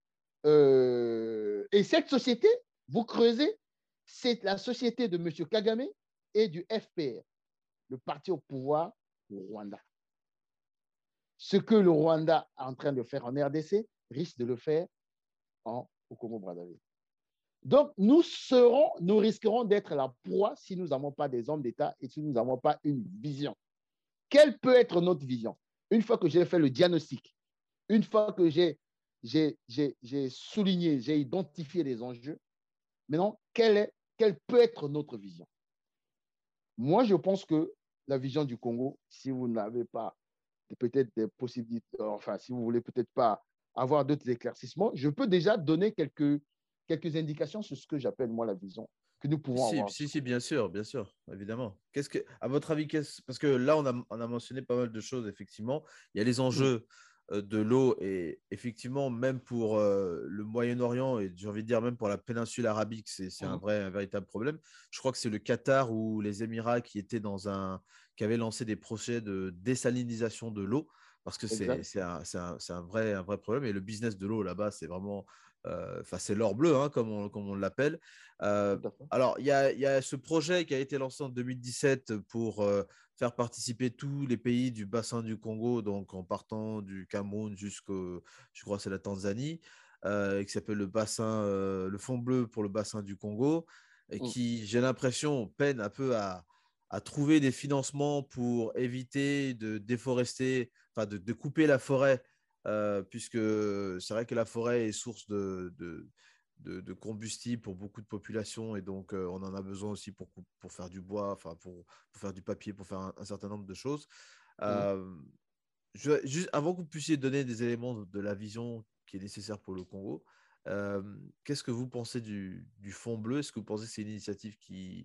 Euh, et cette société, vous creusez, c'est la société de M. Kagame et du F P R, le parti au pouvoir au Rwanda. Ce que le Rwanda est en train de faire en R D C risque de le faire en, au Congo-Brazzaville. Donc, nous, serons, nous risquerons d'être la proie si nous n'avons pas des hommes d'État et si nous n'avons pas une vision. Quelle peut être notre vision? Une fois que j'ai fait le diagnostic, une fois que j'ai, j'ai, j'ai, j'ai souligné, j'ai identifié les enjeux, maintenant, quelle, est, quelle peut être notre vision? Moi, je pense que la vision du Congo, si vous n'avez pas peut-être des possibilités, enfin, si vous ne voulez peut-être pas avoir d'autres éclaircissements, je peux déjà donner quelques, quelques indications sur ce que j'appelle, moi, la vision que nous pouvons si, avoir. Si, si, bien sûr, bien sûr, évidemment. Qu'est-ce que, à votre avis, qu'est-ce, parce que là, on a, on a mentionné pas mal de choses, effectivement. Il y a les enjeux mmh. de l'eau et effectivement, même pour euh, le Moyen-Orient et j'ai envie de dire même pour la péninsule arabique, c'est, c'est mmh. un vrai, un véritable problème. Je crois que c'est le Qatar ou les Émirats qui étaient dans un, qui avaient lancé des projets de désalinisation de l'eau parce que c'est, c'est, un, c'est, un, c'est un, vrai, un vrai problème et le business de l'eau là-bas, c'est vraiment Euh, c'est l'or bleu, hein, comme, on, comme on l'appelle. Euh, alors, il y a, y a ce projet qui a été lancé en deux mille dix-sept pour euh, faire participer tous les pays du bassin du Congo, donc en partant du Cameroun jusqu'au, je crois, c'est la Tanzanie, euh, qui s'appelle le bassin, euh, le Fonds bleu pour le bassin du Congo, et qui, j'ai l'impression, peine un peu à, à trouver des financements pour éviter de déforester, enfin de, de couper la forêt. Euh, puisque c'est vrai que la forêt est source de, de, de, de combustible pour beaucoup de populations et donc euh, on en a besoin aussi pour, pour faire du bois, enfin pour, pour faire du papier, pour faire un, un certain nombre de choses. Euh, je, juste avant que vous puissiez donner des éléments de, de la vision qui est nécessaire pour le Congo, euh, qu'est-ce que vous pensez du, du Fonds bleu? Est-ce que vous pensez que c'est une initiative qui,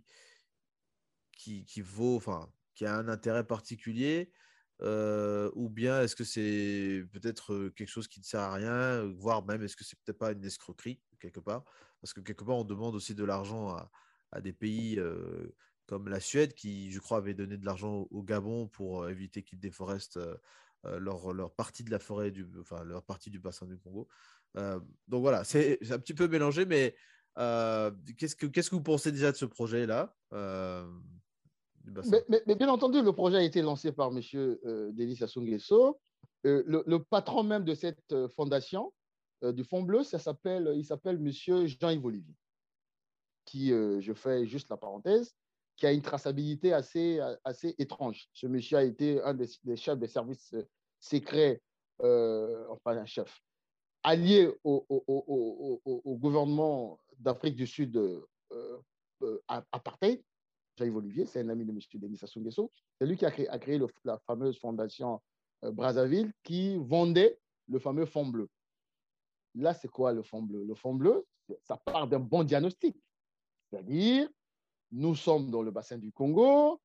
qui, qui vaut, enfin, qui a un intérêt particulier, euh, ou bien est-ce que c'est peut-être quelque chose qui ne sert à rien, voire même est-ce que c'est peut-être pas une escroquerie quelque part? Parce que quelque part, on demande aussi de l'argent à, à des pays euh, comme la Suède, qui, je crois, avait donné de l'argent au Gabon pour euh, éviter qu'ils déforestent euh, euh, leur, leur partie de la forêt, du, enfin, leur partie du bassin du Congo. Euh, donc voilà, c'est un petit peu mélangé, mais euh, qu'est-ce que, qu'est-ce que vous pensez déjà de ce projet-là euh, du bassin? Mais, mais, mais bien entendu, le projet a été lancé par M. Euh, Denis Sassou Nguesso. Euh, le, le patron même de cette euh, fondation, euh, du Fonds bleu, ça s'appelle, il s'appelle M. Jean-Yves Olivier, qui, euh, je fais juste la parenthèse, qui a une traçabilité assez, assez étrange. Ce monsieur a été un des, des chefs des services secrets, euh, enfin un chef, allié au, au, au, au, au gouvernement d'Afrique du Sud euh, euh, apartheid. Jean-Yves Olivier, c'est un ami de M. Denis Sassou Nguesso. C'est lui qui a créé, a créé le, la fameuse fondation euh, Brazzaville qui vendait le fameux fonds bleu. Là, c'est quoi le fonds bleu? Le fonds bleu, ça part d'un bon diagnostic. C'est-à-dire, nous sommes dans le bassin du Congo,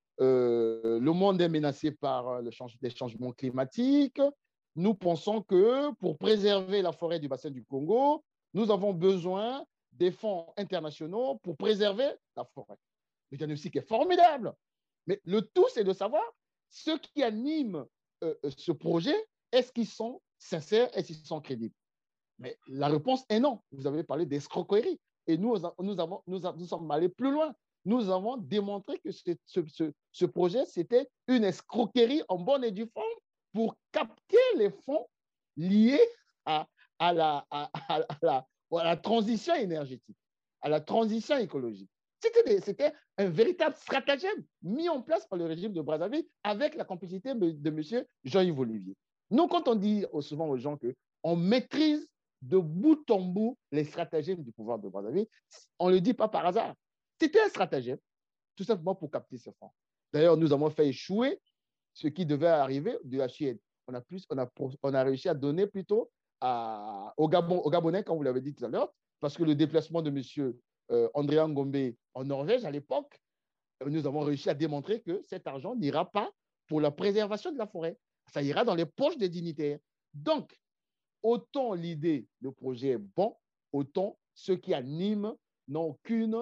euh, le monde est menacé par le change, les changements climatiques. Nous pensons que pour préserver la forêt du bassin du Congo, nous avons besoin des fonds internationaux pour préserver la forêt. Le diagnostic est formidable. Mais le tout, c'est de savoir ceux qui animent euh, ce projet, est-ce qu'ils sont sincères, est-ce qu'ils sont crédibles? Mais la réponse est non. Vous avez parlé d'escroquerie. Et nous, nous, avons, nous, nous sommes allés plus loin. Nous avons démontré que ce, ce, ce projet, c'était une escroquerie en bonne et due forme pour capter les fonds liés à, à, la, à, à, la, à la transition énergétique, à la transition écologique. C'était un véritable stratagème mis en place par le régime de Brazzaville avec la complicité de, de M. Jean-Yves Olivier. Nous, quand on dit souvent aux gens qu'on maîtrise de bout en bout les stratagèmes du pouvoir de Brazzaville, on ne le dit pas par hasard. C'était un stratagème, tout simplement pour capter ce fonds. D'ailleurs, nous avons fait échouer ce qui devait arriver de la Suède. On a, plus, on a, on a réussi à donner plutôt à, au, Gabon, au Gabonais, comme vous l'avez dit tout à l'heure, parce que le déplacement de M. Euh, André Ngombe en Norvège, à l'époque, nous avons réussi à démontrer que cet argent n'ira pas pour la préservation de la forêt. Ça ira dans les poches des dignitaires. Donc, autant l'idée, le projet est bon, autant ceux qui animent n'ont aucune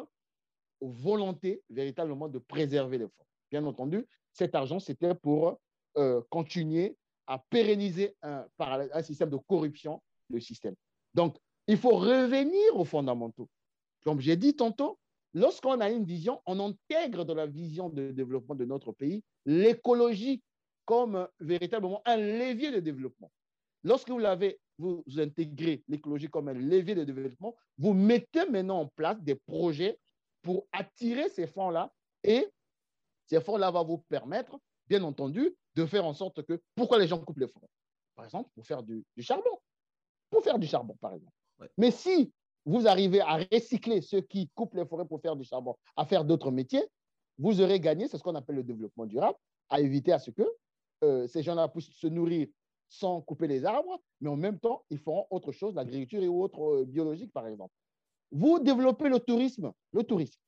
volonté véritablement de préserver les fonds. Bien entendu, cet argent, c'était pour euh, continuer à pérenniser un, par un système de corruption, le système. Donc, il faut revenir aux fondamentaux. Comme j'ai dit tantôt, lorsqu'on a une vision, on intègre dans la vision de développement de notre pays l'écologie comme véritablement un levier de développement. Lorsque vous l'avez, vous intégrez l'écologie comme un levier de développement, vous mettez maintenant en place des projets pour attirer ces fonds-là et ces fonds-là vont vous permettre, bien entendu, de faire en sorte que, pourquoi les gens coupent les forêts? Par exemple, pour faire du, du charbon. Pour faire du charbon, par exemple. Ouais. Mais si vous arrivez à recycler ceux qui coupent les forêts pour faire du charbon, à faire d'autres métiers, vous aurez gagné, c'est ce qu'on appelle le développement durable, à éviter à ce que euh, ces gens-là puissent se nourrir sans couper les arbres, mais en même temps, ils feront autre chose, l'agriculture et autres euh, biologiques, par exemple. Vous développez le tourisme, le tourisme,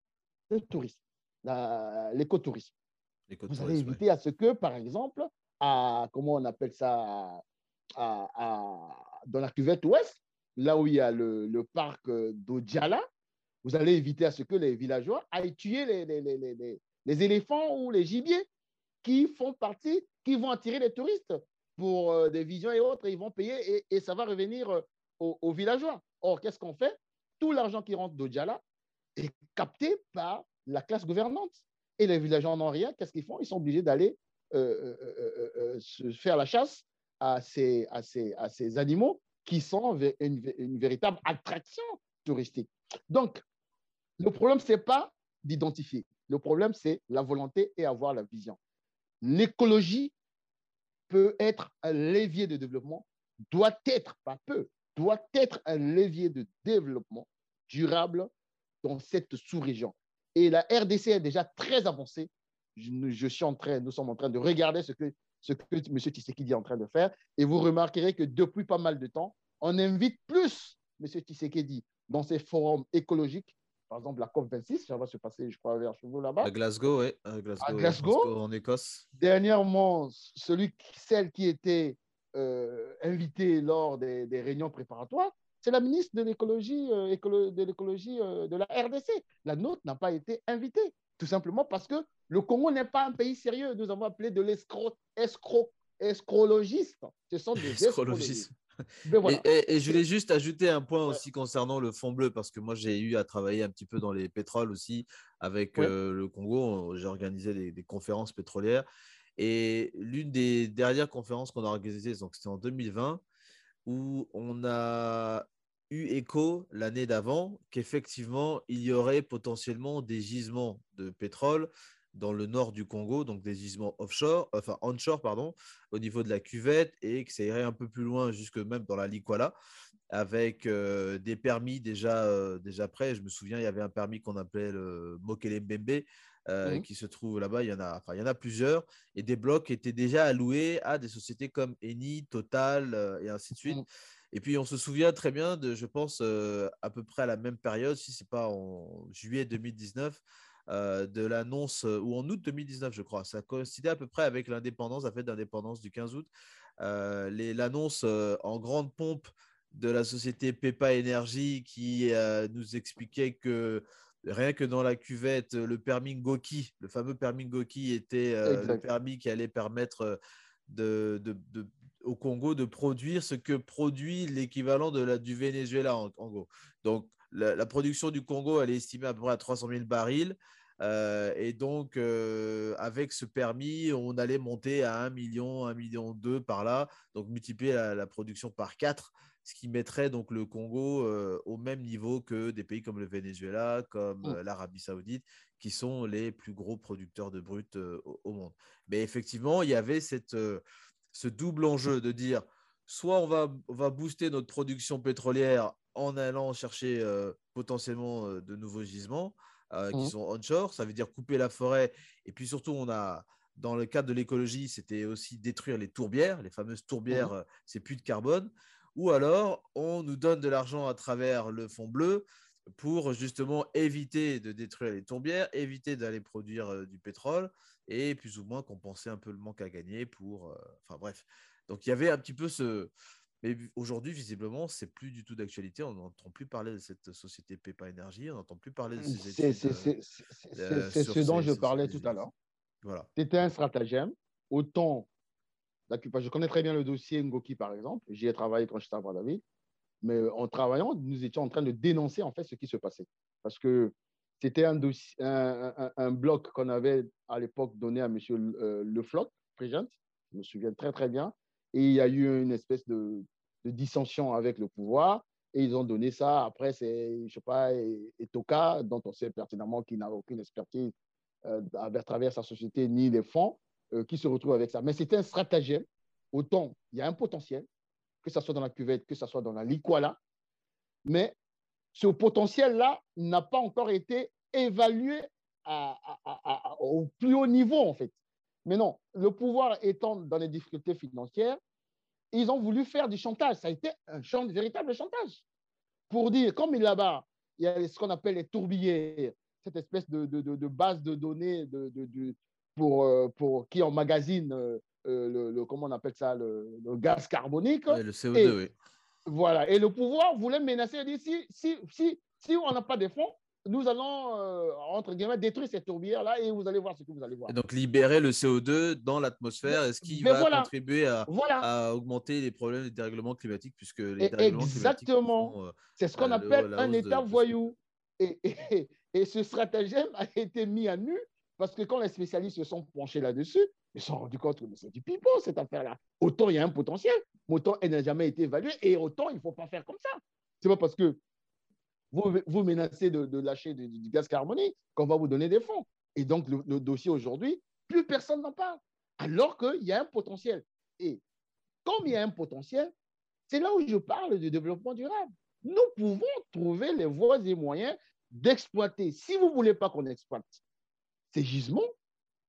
le tourisme, l'écotourisme. Vous allez éviter ouais. à ce que, par exemple, à, comment on appelle ça, à, à, dans la cuvette ouest, là où il y a le, le parc d'Odjala, vous allez éviter à ce que les villageois aillent tuer les, les, les, les, les éléphants ou les gibiers qui font partie, qui vont attirer les touristes pour euh, des visions et autres, ils vont payer et, et ça va revenir euh, aux, aux villageois. Or, qu'est-ce qu'on fait? Tout l'argent qui rentre d'Odjala est capté par la classe gouvernante. Et les villageois n'ont rien. Qu'est-ce qu'ils font? Ils sont obligés d'aller euh, euh, euh, se faire la chasse à ces, à ces, à ces animaux qui sont une, une véritable attraction touristique. Donc, le problème, ce n'est pas d'identifier. Le problème, c'est la volonté et avoir la vision. L'écologie peut être un levier de développement, doit être, pas peu, doit être un levier de développement durable dans cette sous-région. Et la R D C est déjà très avancée je, je suis en train, nous sommes en train de regarder ce que, ce que M. Tshisekedi est en train de faire. Et vous remarquerez que depuis pas mal de temps, on invite plus M. Tshisekedi dans ces forums écologiques. Par exemple, la COP vingt-six, ça va se passer, je crois, vers chez vous là-bas. À Glasgow, oui. À À Glasgow, ouais. Glasgow. Glasgow, en Écosse. Dernièrement, celui, celle qui était euh, invitée lors des, des réunions préparatoires, c'est la ministre de l'écologie euh, écolo, de, l'écologie euh, de la R D C. La nôtre n'a pas été invitée, tout simplement parce que le Congo n'est pas un pays sérieux. Nous avons appelé de l'escro, escro, escrologistes. Ce sont des escrologistes. Mais voilà. et, et, et je voulais juste ajouter un point aussi concernant le fonds bleu, parce que moi, j'ai eu à travailler un petit peu dans les pétroles aussi avec ouais. euh, le Congo. J'ai organisé des, des conférences pétrolières. Et l'une des dernières conférences qu'on a organisées, donc c'était en deux mille vingt, où on a eu écho l'année d'avant qu'effectivement, il y aurait potentiellement des gisements de pétrole dans le nord du Congo, donc des gisements offshore, enfin onshore, pardon, au niveau de la cuvette, et que ça irait un peu plus loin, jusque même dans la Likwala, avec euh, des permis déjà, euh, déjà prêts. Je me souviens, il y avait un permis qu'on appelait le Mokele Mbembe, euh, mmh. qui se trouve là-bas. Il y en a, enfin, il y en a plusieurs, et des blocs étaient déjà alloués à des sociétés comme Eni, Total, euh, et ainsi de suite. Mmh. Et puis, on se souvient très bien de, je pense, euh, à peu près à la même période, si ce n'est pas en juillet deux mille dix-neuf, Euh, de l'annonce, ou en août deux mille dix-neuf, je crois. Ça coïncidait à peu près avec l'indépendance, la fête d'indépendance du quinze août. Euh, les, l'annonce euh, en grande pompe de la société Pepa Energy qui euh, nous expliquait que rien que dans la cuvette, le permis Ngoki, le fameux permis Ngoki, était euh, le permis qui allait permettre de, de, de, au Congo de produire ce que produit l'équivalent de la, du Venezuela, en, en gros. Donc, la, la production du Congo, elle est estimée à peu près à trois cent mille barils. Euh, et donc, euh, avec ce permis, on allait monter à un million, un million deux par là. Donc, multiplier la, la production par quatre, ce qui mettrait donc le Congo euh, au même niveau que des pays comme le Venezuela, comme euh, l'Arabie Saoudite, qui sont les plus gros producteurs de brut euh, au, au monde. Mais effectivement, il y avait cette, euh, ce double enjeu de dire soit on va, on va booster notre production pétrolière en allant chercher euh, potentiellement euh, de nouveaux gisements euh, mmh. qui sont onshore, ça veut dire couper la forêt. Et puis surtout, on a, dans le cadre de l'écologie, c'était aussi détruire les tourbières, les fameuses tourbières, mmh. euh, c'est plus de carbone. Ou alors, on nous donne de l'argent à travers le fonds bleu pour justement éviter de détruire les tourbières, éviter d'aller produire euh, du pétrole et plus ou moins compenser un peu le manque à gagner pour… Euh, enfin bref. Donc, il y avait un petit peu ce… Mais aujourd'hui, visiblement, c'est plus du tout d'actualité. On n'entend plus parler de cette société Pepa Energy. On n'entend plus parler de ces études. C'est, c'est, c'est, c'est, euh, c'est ce dont ces, je parlais tout à l'heure. Voilà. C'était un stratagème. Autant, je connais très bien le dossier Ngoki, par exemple. J'y ai travaillé quand j'étais à Brazzaville. Mais en travaillant, nous étions en train de dénoncer en fait ce qui se passait. Parce que c'était un, dossier, un, un, un bloc qu'on avait à l'époque donné à M. Euh, Le Floch, Frégent, je me souviens très très bien. Et il y a eu une espèce de, de dissension avec le pouvoir. Et ils ont donné ça. Après, c'est, je ne sais pas, Etoka, dont on sait pertinemment qu'il n'a aucune expertise euh, à travers sa société ni les fonds, euh, qui se retrouve avec ça. Mais c'était un stratagème. Autant, il y a un potentiel, que ce soit dans la cuvette, que ce soit dans la Likwala. Mais ce potentiel-là n'a pas encore été évalué à, à, à, au plus haut niveau, en fait. Mais non, le pouvoir étant dans les difficultés financières, ils ont voulu faire du chantage. Ça a été un, un véritable chantage. Pour dire, comme là-bas, il y a ce qu'on appelle les tourbières, cette espèce de, de, de, de base de données de, de, de, pour, pour, qui emmagasine euh, le, le, comment on appelle ça, le, le gaz carbonique. Ouais, le C O deux, et, oui. Voilà. Et le pouvoir voulait menacer et dire si, si, si, si on n'a pas de fonds, nous allons, euh, entre guillemets, détruire cette tourbière-là et vous allez voir ce que vous allez voir. Et donc, libérer le C O deux dans l'atmosphère, est-ce qui va voilà. contribuer à, voilà. à augmenter les problèmes des dérèglements climatiques, puisque les et dérèglements exactement. climatiques… Exactement. C'est ce qu'on euh, appelle le, un État de, voyou. De... Et, et, et ce stratagème a été mis à nu parce que quand les spécialistes se sont penchés là-dessus, ils se sont rendus compte que c'est du pipeau, cette affaire-là. Autant il y a un potentiel, mais autant elle n'a jamais été évaluée et autant il ne faut pas faire comme ça. Ce n'est pas parce que vous, vous menacez de, de lâcher du, du gaz carbonique qu'on va vous donner des fonds. Et donc, le, le dossier aujourd'hui, plus personne n'en parle, alors qu'il y a un potentiel. Et comme il y a un potentiel, c'est là où je parle de développement durable. Nous pouvons trouver les voies et moyens d'exploiter. Si vous ne voulez pas qu'on exploite ces gisements,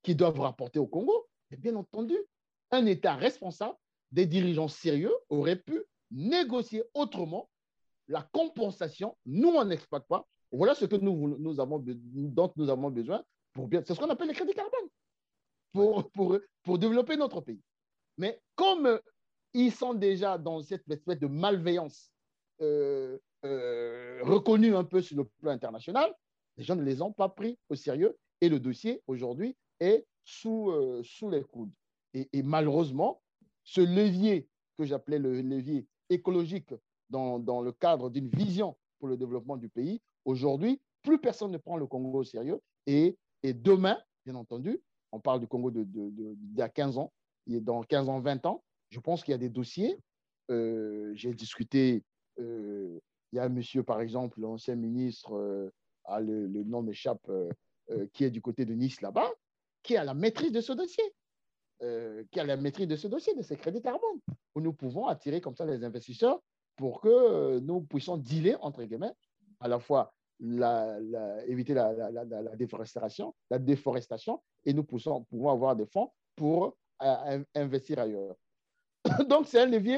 qui doivent rapporter au Congo. Et bien entendu, un État responsable, des dirigeants sérieux auraient pu négocier autrement la compensation. Nous, on n'exploite pas. Voilà ce que nous, nous avons, dont nous avons besoin pour bien. C'est ce qu'on appelle les crédits carbone pour, pour, pour développer notre pays. Mais comme ils sont déjà dans cette espèce de malveillance euh, euh, reconnue un peu sur le plan international, les gens ne les ont pas pris au sérieux et le dossier aujourd'hui est sous, euh, sous les coudes. Et, et malheureusement, ce levier que j'appelais le levier écologique dans, dans le cadre d'une vision pour le développement du pays, aujourd'hui, plus personne ne prend le Congo au sérieux. Et, et demain, bien entendu, on parle du Congo de, de, de, d'il y a quinze ans, dans quinze ans, vingt ans, je pense qu'il y a des dossiers. Euh, j'ai discuté, euh, il y a un monsieur, par exemple, l'ancien ministre, euh, ah, le, le nom m'échappe, euh, euh, qui est du côté de Nice là-bas, qui a la maîtrise de ce dossier, euh, qui a la maîtrise de ce dossier, de ces crédits carbone, où nous pouvons attirer comme ça les investisseurs pour que euh, nous puissions dealer, entre guillemets, à la fois la, la, éviter la, la, la, la, déforestation, la déforestation, et nous pouvons, pouvons avoir des fonds pour euh, investir ailleurs. Donc, c'est un levier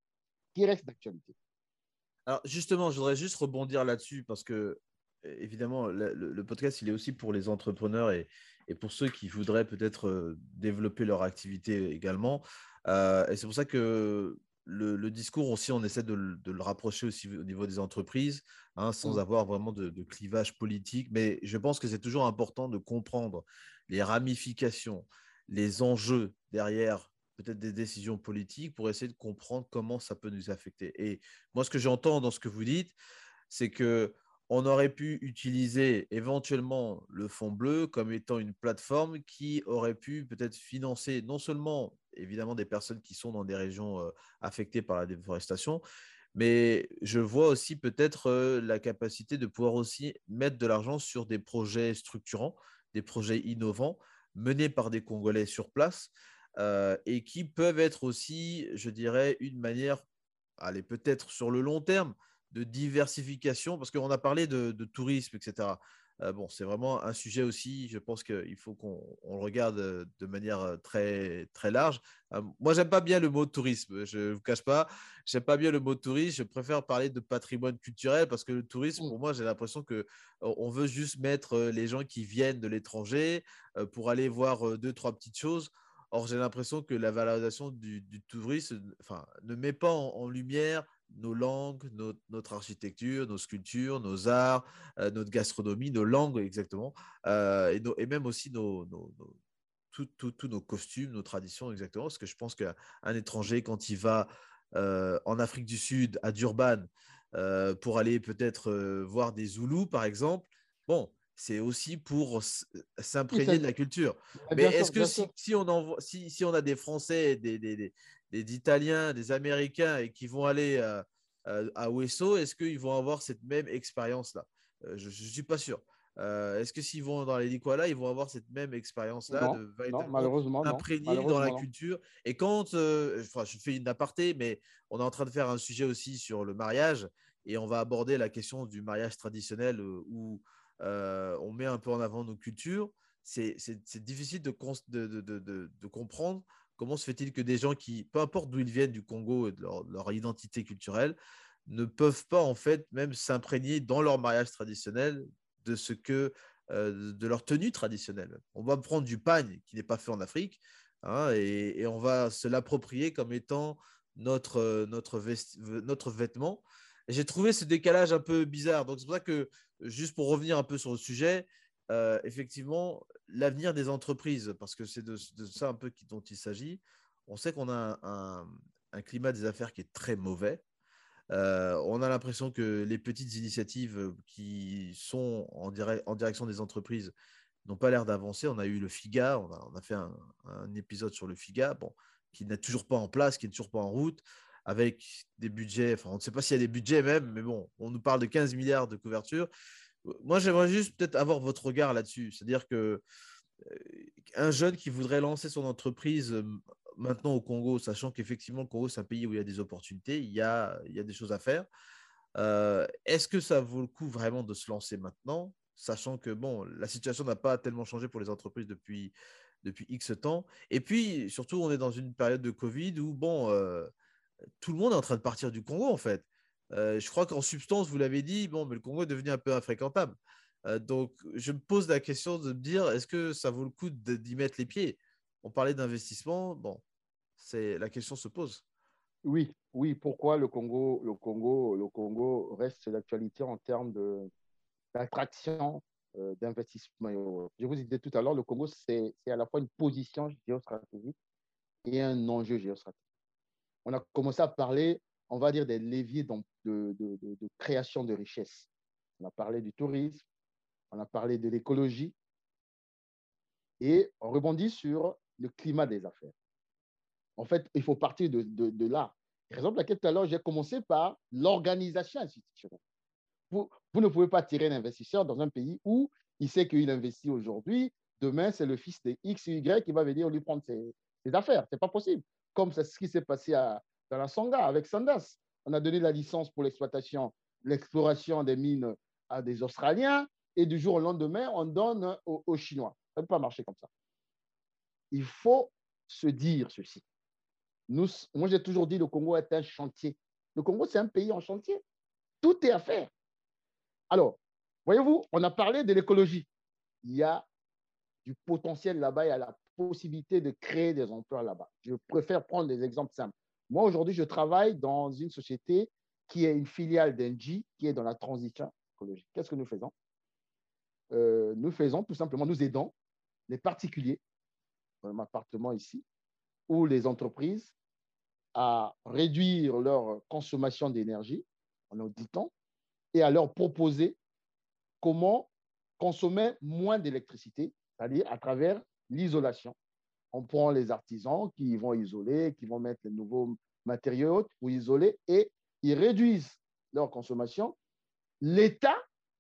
qui reste d'actualité. Alors, justement, je voudrais juste rebondir là-dessus parce que, évidemment, le, le podcast, il est aussi pour les entrepreneurs et, et pour ceux qui voudraient peut-être euh, développer leur activité également. Euh, et c'est pour ça que le, le discours aussi, on essaie de, de le rapprocher aussi au niveau des entreprises, hein, sans mmh. avoir vraiment de, de clivage politique. Mais je pense que c'est toujours important de comprendre les ramifications, les enjeux derrière peut-être des décisions politiques pour essayer de comprendre comment ça peut nous affecter. Et moi, ce que j'entends dans ce que vous dites, c'est qu'on aurait pu utiliser éventuellement le Fonds bleu comme étant une plateforme qui aurait pu peut-être financer non seulement, évidemment, des personnes qui sont dans des régions euh, affectées par la déforestation, mais je vois aussi peut-être euh, la capacité de pouvoir aussi mettre de l'argent sur des projets structurants, des projets innovants, menés par des Congolais sur place, Euh, et qui peuvent être aussi, je dirais, une manière, allez, peut-être sur le long terme, de diversification, parce qu'on a parlé de, de tourisme, et cetera. Euh, bon, c'est vraiment un sujet aussi, je pense qu'il faut qu'on on le regarde de manière très, très large. Euh, moi, j'aime pas bien le mot tourisme, je ne vous cache pas, j'aime pas bien le mot tourisme, je préfère parler de patrimoine culturel, parce que le tourisme, pour moi, j'ai l'impression qu'on veut juste mettre les gens qui viennent de l'étranger euh, pour aller voir deux, trois petites choses. Or, j'ai l'impression que la valorisation du, du tourisme enfin, ne met pas en, en lumière nos langues, notre, notre architecture, nos sculptures, nos arts, euh, notre gastronomie, nos langues exactement, euh, et, nos, et même aussi nos, nos, nos, tous tout, tout nos costumes, nos traditions exactement. Parce que je pense qu'un étranger, quand il va euh, en Afrique du Sud, à Durban, euh, pour aller peut-être euh, voir des Zoulous, par exemple, bon, c'est aussi pour s'imprégner de la culture. Mais est-ce que si, si, on envoie, si, si on a des Français, des, des, des, des Italiens, des Américains et qui vont aller à, à, à Ouesso, est-ce qu'ils vont avoir cette même expérience-là? euh, Je ne suis pas sûr. Euh, est-ce que s'ils vont dans les Likwala, ils vont avoir cette même expérience-là de véritablement s'imprégner dans la culture? Et quand, euh, enfin, je fais une aparté, mais on est en train de faire un sujet aussi sur le mariage et on va aborder la question du mariage traditionnel où Euh, on met un peu en avant nos cultures, c'est difficile de, de, de, de, de comprendre comment se fait-il que des gens qui, peu importe d'où ils viennent, du Congo et de leur, leur identité culturelle, ne peuvent pas en fait même s'imprégner dans leur mariage traditionnel de ce que euh, de leur tenue traditionnelle. On va prendre du pagne qui n'est pas fait en Afrique, hein, et, et on va se l'approprier comme étant notre, notre, vest, notre vêtement. J'ai trouvé ce décalage un peu bizarre. Donc, c'est pour ça que, juste pour revenir un peu sur le sujet, euh, effectivement, l'avenir des entreprises, parce que c'est de, de ça un peu dont il s'agit, on sait qu'on a un, un, un climat des affaires qui est très mauvais. Euh, on a l'impression que les petites initiatives qui sont en, direct, en direction des entreprises n'ont pas l'air d'avancer. On a eu le FIGA, on a, on a fait un, un épisode sur le FIGA, bon, qui n'est toujours pas en place, qui n'est toujours pas en route, avec des budgets, enfin, on ne sait pas s'il y a des budgets même, mais bon, on nous parle de quinze milliards de couverture. Moi, j'aimerais juste peut-être avoir votre regard là-dessus. C'est-à-dire que euh, un jeune qui voudrait lancer son entreprise euh, maintenant au Congo, sachant qu'effectivement, le Congo, c'est un pays où il y a des opportunités, il y a, il y a des choses à faire. Euh, Est-ce que ça vaut le coup vraiment de se lancer maintenant? sachant que bon, la situation n'a pas tellement changé pour les entreprises depuis, depuis X temps. Et puis, surtout, on est dans une période de Covid où, bon, euh, tout le monde est en train de partir du Congo, en fait. Euh, je crois qu'en substance, vous l'avez dit, bon, mais le Congo est devenu un peu infréquentable. Euh, donc, je me pose la question de me dire, est-ce que ça vaut le coup d'y mettre les pieds? On parlait d'investissement, bon, c'est, la question se pose. Oui, oui, pourquoi le Congo, le Congo, le Congo reste d'actualité en termes de, d'attraction, euh, d'investissement. Je vous disais tout à l'heure, le Congo, c'est, c'est à la fois une position géostratégique et un enjeu géostratégique. On a commencé à parler, on va dire, des leviers de, de, de, de création de richesses. On a parlé du tourisme, on a parlé de l'écologie et on rebondit sur le climat des affaires. En fait, il faut partir de, de, de là. Par exemple, laquelle tout à l'heure, j'ai commencé par l'organisation institutionnelle. Vous, vous ne pouvez pas tirer un investisseur dans un pays où il sait qu'il investit aujourd'hui, demain, c'est le fils de X ou Y qui va venir lui prendre ses, ses affaires. Ce n'est pas possible. Comme c'est ce qui s'est passé à, dans la Songa avec Sandas. On a donné la licence pour l'exploitation, l'exploration des mines à des Australiens et du jour au lendemain, on donne aux, aux Chinois. Ça ne peut pas marcher comme ça. Il faut se dire ceci. Nous, moi, j'ai toujours dit que le Congo est un chantier. Le Congo, c'est un pays en chantier. Tout est à faire. Alors, voyez-vous, on a parlé de l'écologie. Il y a du potentiel là-bas, il y a la possibilité de créer des emplois là-bas. Je préfère prendre des exemples simples. Moi, aujourd'hui, je travaille dans une société qui est une filiale d'Engie, qui est dans la transition écologique. Qu'est-ce que nous faisons? euh, Nous faisons tout simplement, nous aidons les particuliers, dans mon appartement ici, ou les entreprises à réduire leur consommation d'énergie en auditant et à leur proposer comment consommer moins d'électricité, c'est-à-dire à travers l'isolation. On prend les artisans qui vont isoler, qui vont mettre les nouveaux matériaux pour isoler et ils réduisent leur consommation. L'État,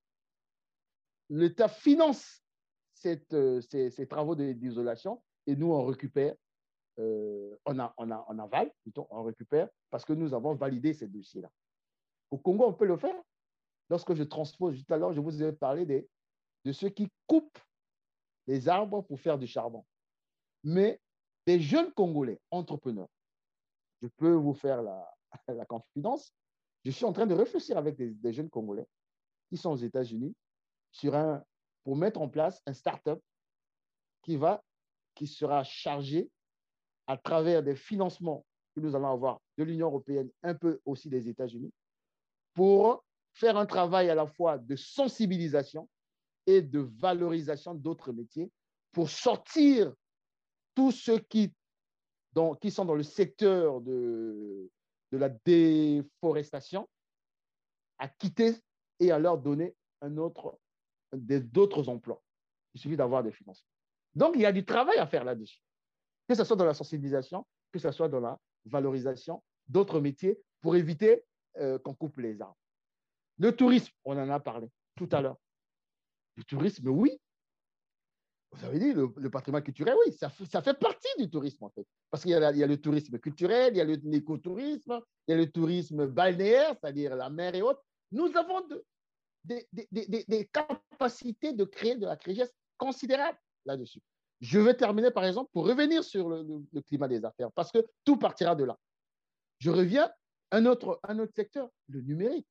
l'État finance cette, euh, ces, ces travaux d'isolation et nous, on récupère, euh, on, a, on, a, on avale, plutôt, on récupère parce que nous avons validé ces dossiers-là. Au Congo, on peut le faire. Lorsque je transpose, tout à l'heure, je vous ai parlé des, de ceux qui coupent les arbres pour faire du charbon. Mais des jeunes Congolais entrepreneurs, je peux vous faire la, la confidence, je suis en train de réfléchir avec des, des jeunes Congolais qui sont aux États-Unis sur un, pour mettre en place un start-up qui, va, qui sera chargé à travers des financements que nous allons avoir de l'Union européenne, un peu aussi des États-Unis, pour faire un travail à la fois de sensibilisation et de valorisation d'autres métiers pour sortir tous ceux qui, dans, qui sont dans le secteur de, de la déforestation à quitter et à leur donner un autre, d'autres emplois. Il suffit d'avoir des financements. Donc, il y a du travail à faire là-dessus, que ce soit dans la sensibilisation, que ce soit dans la valorisation d'autres métiers pour éviter euh, qu'on coupe les arbres. Le tourisme, on en a parlé tout à l'heure. Le tourisme, oui. Vous avez dit, le, le patrimoine culturel, oui, ça, ça fait partie du tourisme, en fait. Parce qu'il y a, il y a le tourisme culturel, il y a l'écotourisme, il y a le tourisme balnéaire, c'est-à-dire la mer et autres. Nous avons de, de, de, de, des capacités de créer de la richesse considérable là-dessus. Je vais terminer, par exemple, pour revenir sur le, le, le climat des affaires, parce que tout partira de là. Je reviens à un autre, un autre secteur, le numérique.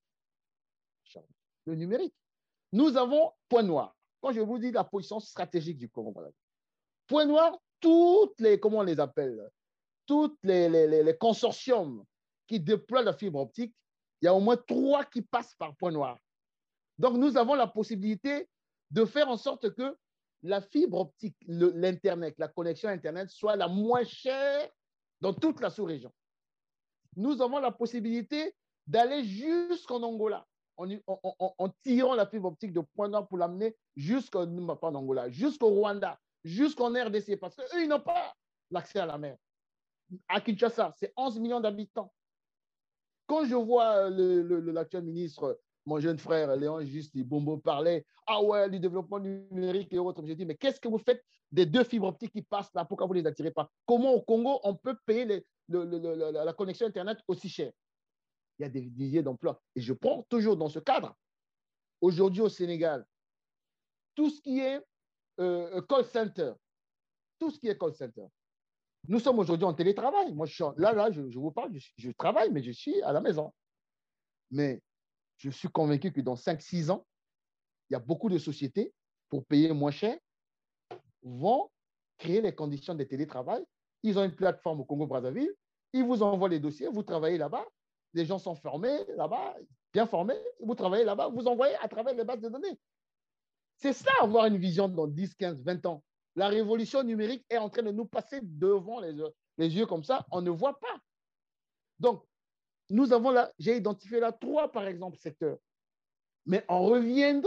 Le numérique. Nous avons Point Noir. Quand je vous dis la position stratégique du Congo, voilà. Point Noir, toutes les, comment on les appelle, toutes les, les, les consortiums qui déploient la fibre optique, il y a au moins trois qui passent par Point Noir. Donc, nous avons la possibilité de faire en sorte que la fibre optique, l'Internet, la connexion Internet soit la moins chère dans toute la sous-région. Nous avons la possibilité d'aller jusqu'en Angola en, en, en, en tirant la fibre optique de Point Noir pour l'amener jusqu'en Angola, jusqu'au Rwanda, jusqu'en R D C, parce qu'eux, ils n'ont pas l'accès à la mer. À Kinshasa, c'est onze millions d'habitants. Quand je vois l'actuel ministre, mon jeune frère Léon Juste Bombo parlait, ah ouais, du développement numérique et autres, je dis, mais qu'est-ce que vous faites des deux fibres optiques qui passent là? Pourquoi vous ne les attirez pas? Comment au Congo, on peut payer les, le, le, le, la connexion Internet aussi cher? Il y a des milliers d'emplois. Et je prends toujours dans ce cadre. Aujourd'hui au Sénégal, tout ce qui est euh, call center, tout ce qui est call center. Nous sommes aujourd'hui en télétravail. Moi, je suis en, là, là, je, je vous parle, je, je travaille, mais je suis à la maison. Mais je suis convaincu que dans cinq six ans, il y a beaucoup de sociétés, pour payer moins cher, vont créer les conditions de télétravail. Ils ont une plateforme au Congo-Brazzaville, ils vous envoient les dossiers, vous travaillez là-bas, les gens sont formés là-bas, bien formés, vous travaillez là-bas, vous envoyez à travers les bases de données. C'est ça, avoir une vision dans dix, quinze, vingt ans. La révolution numérique est en train de nous passer devant les, les yeux comme ça, on ne voit pas. Donc, nous avons là, j'ai identifié là trois, par exemple, secteurs. Mais on reviendra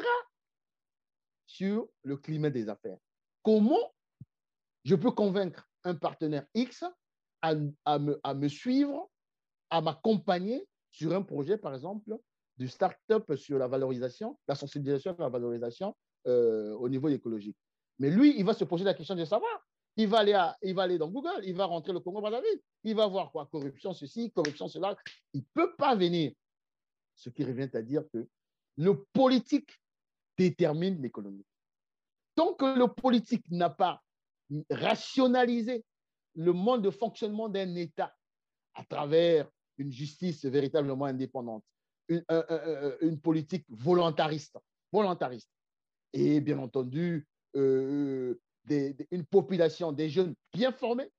sur le climat des affaires. Comment je peux convaincre un partenaire X à, à, me, à me suivre, à m'accompagner sur un projet, par exemple, de start-up sur la valorisation, la sensibilisation de la valorisation euh, au niveau écologique. Mais lui, il va se poser la question de savoir. Il va aller, à, il va aller dans Google, il va rentrer le Congo-Brazzaville, il va voir quoi, corruption ceci, corruption cela. Il ne peut pas venir. Ce qui revient à dire que le politique détermine l'économie. Tant que le politique n'a pas rationalisé le mode de fonctionnement d'un État à travers une justice véritablement indépendante, une, un, un, une politique volontariste, volontariste, et bien entendu, euh, des, des, une population, des jeunes bien formés,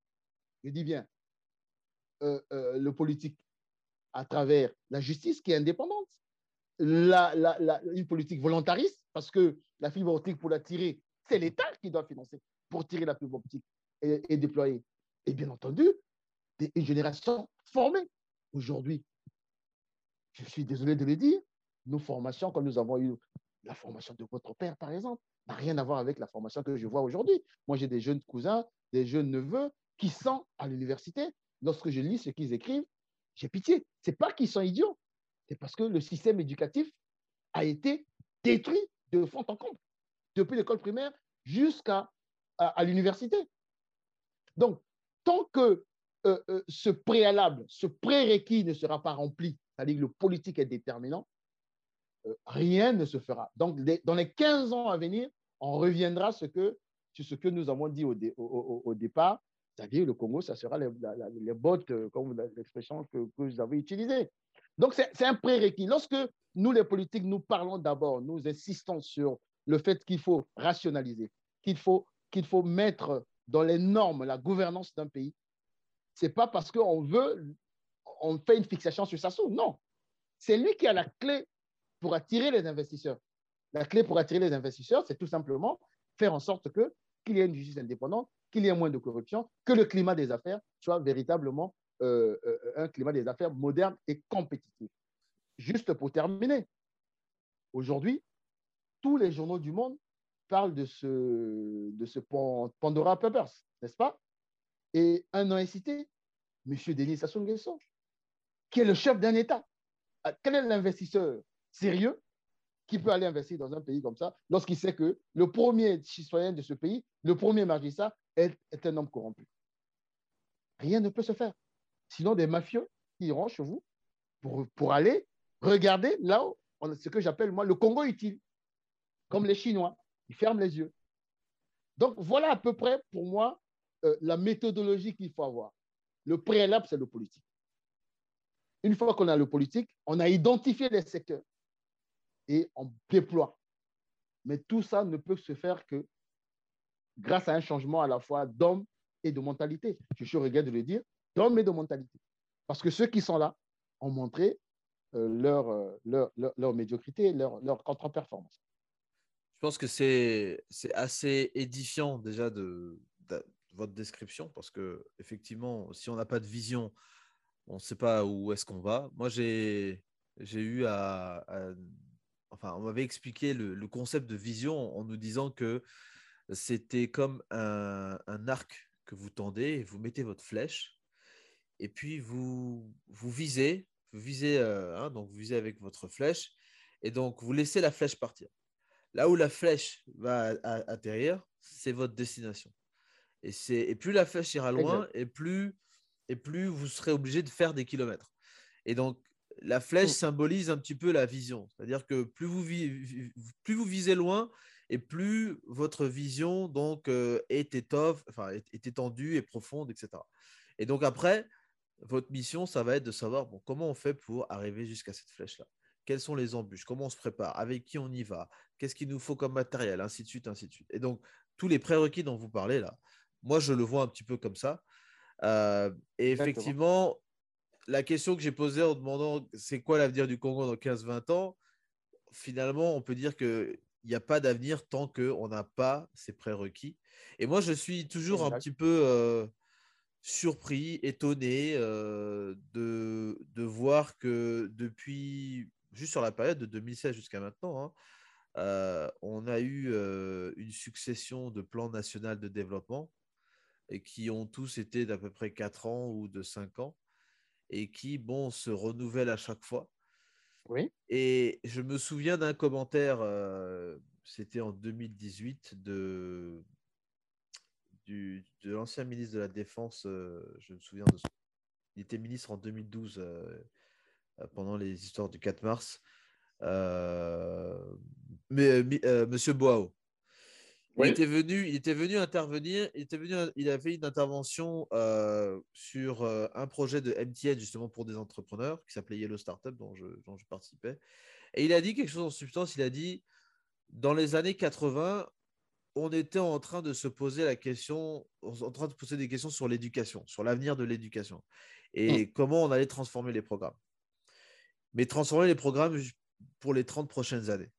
je dis bien, euh, euh, le politique à travers la justice qui est indépendante, la, la, la, une politique volontariste, parce que la fibre optique, pour la tirer, c'est l'État qui doit financer pour tirer la fibre optique et, et déployer. Et bien entendu, des, une génération formée. Aujourd'hui, je suis désolé de le dire, nos formations, comme nous avons eu la formation de votre père, par exemple, n'a rien à voir avec la formation que je vois aujourd'hui. Moi, j'ai des jeunes cousins, des jeunes neveux qui sont à l'université. Lorsque je lis ce qu'ils écrivent, j'ai pitié. Ce n'est pas qu'ils sont idiots, c'est parce que le système éducatif a été détruit de fond en comble, depuis l'école primaire jusqu'à à, à l'université. Donc, tant que euh, euh, ce préalable, ce prérequis ne sera pas rempli, c'est-à-dire que le politique est déterminant, euh, rien ne se fera. Donc, les, dans les quinze ans à venir, on reviendra ce que, sur ce que nous avons dit au, dé, au, au, au départ, c'est-à-dire le Congo, ça sera les, la, la, les bottes, euh, comme l'expression que, que vous avez utilisée. Donc, c'est un prérequis. Lorsque nous, les politiques, nous parlons d'abord, nous insistons sur le fait qu'il faut rationaliser, qu'il faut, qu'il faut mettre dans les normes la gouvernance d'un pays, ce n'est pas parce qu'on veut, on fait une fixation sur sa source. Non. C'est lui qui a la clé pour attirer les investisseurs. La clé pour attirer les investisseurs, c'est tout simplement faire en sorte que, qu'il y ait une justice indépendante, qu'il y ait moins de corruption, que le climat des affaires soit véritablement euh, euh, un climat des affaires moderne et compétitif. Juste pour terminer, aujourd'hui, tous les journaux du monde parlent de ce, de ce Pandora Papers, n'est-ce pas? Et un nom est cité, M. Denis Sassou Nguesso, qui est le chef d'un État. Quel est l'investisseur sérieux qui peut aller investir dans un pays comme ça lorsqu'il sait que le premier citoyen de ce pays, le premier magistrat, est, est un homme corrompu? Rien ne peut se faire. Sinon, des mafieux qui iront chez vous pour, pour aller regarder là où, on, ce que j'appelle moi le Congo utile, comme les Chinois. Ils ferment les yeux. Donc, voilà à peu près pour moi euh, la méthodologie qu'il faut avoir. Le préalable, c'est le politique. Une fois qu'on a le politique, on a identifié les secteurs et on déploie. Mais tout ça ne peut se faire que grâce à un changement à la fois d'homme et de mentalité. Je suis regret de le dire, d'homme et de mentalité. Parce que ceux qui sont là ont montré euh, leur, euh, leur, leur, leur médiocrité, leur, leur contre-performance. Je pense que c'est assez édifiant déjà de, de, de votre description parce qu'effectivement, si on n'a pas de vision, on ne sait pas où est-ce qu'on va. Moi, j'ai eu à, à… Enfin, on m'avait expliqué le, le concept de vision en nous disant que c'était comme un, un arc que vous tendez, vous mettez votre flèche et puis vous, vous visez, vous visez, euh, hein, donc vous visez avec votre flèche et donc vous laissez la flèche partir. Là où la flèche va atterrir, c'est votre destination. Et, et plus la flèche ira loin, et plus, et plus vous serez obligé de faire des kilomètres. Et donc, la flèche symbolise un petit peu la vision. C'est-à-dire que plus vous, plus vous visez loin, et plus votre vision donc, euh, est, étoffe, enfin, est, est étendue et profonde, et cetera. Et donc après, votre mission, ça va être de savoir bon, comment on fait pour arriver jusqu'à cette flèche-là. Quelles sont les embûches? Comment on se prépare? Avec qui on y va? Qu'est-ce qu'il nous faut comme matériel? Ainsi de suite, ainsi de suite. Et donc, tous les prérequis dont vous parlez là, moi, je le vois un petit peu comme ça. Euh, et Exactement. effectivement, la question que j'ai posée en demandant c'est quoi l'avenir du Congo dans quinze vingt ans, finalement, on peut dire qu'il n'y a pas d'avenir tant qu'on n'a pas ces prérequis. Et moi, je suis toujours un Exact. petit peu euh, surpris, étonné euh, de, de voir que depuis, juste sur la période de deux mille seize jusqu'à maintenant, hein, euh, on a eu euh, une succession de plans nationaux de développement et qui ont tous été d'à peu près quatre ans ou de cinq ans et qui, bon, se renouvellent à chaque fois. Oui. Et je me souviens d'un commentaire, euh, c'était en deux mille dix-huit, de, du, de l'ancien ministre de la Défense, euh, je me souviens de son... Il était ministre en deux mille douze, euh, pendant les histoires du quatre mars, euh, mais, euh, Monsieur Boao. Il Oui. était venu, il était venu intervenir, il était venu, il a fait une intervention euh, sur euh, un projet de M T N justement pour des entrepreneurs qui s'appelait Yellow Startup dont je, dont je participais. Et il a dit quelque chose en substance, il a dit dans les années quatre-vingts, on était en train de se poser la question, en train de poser des questions sur l'éducation, sur l'avenir de l'éducation Mm. et comment on allait transformer les programmes. Mais transformer les programmes pour les trente prochaines années.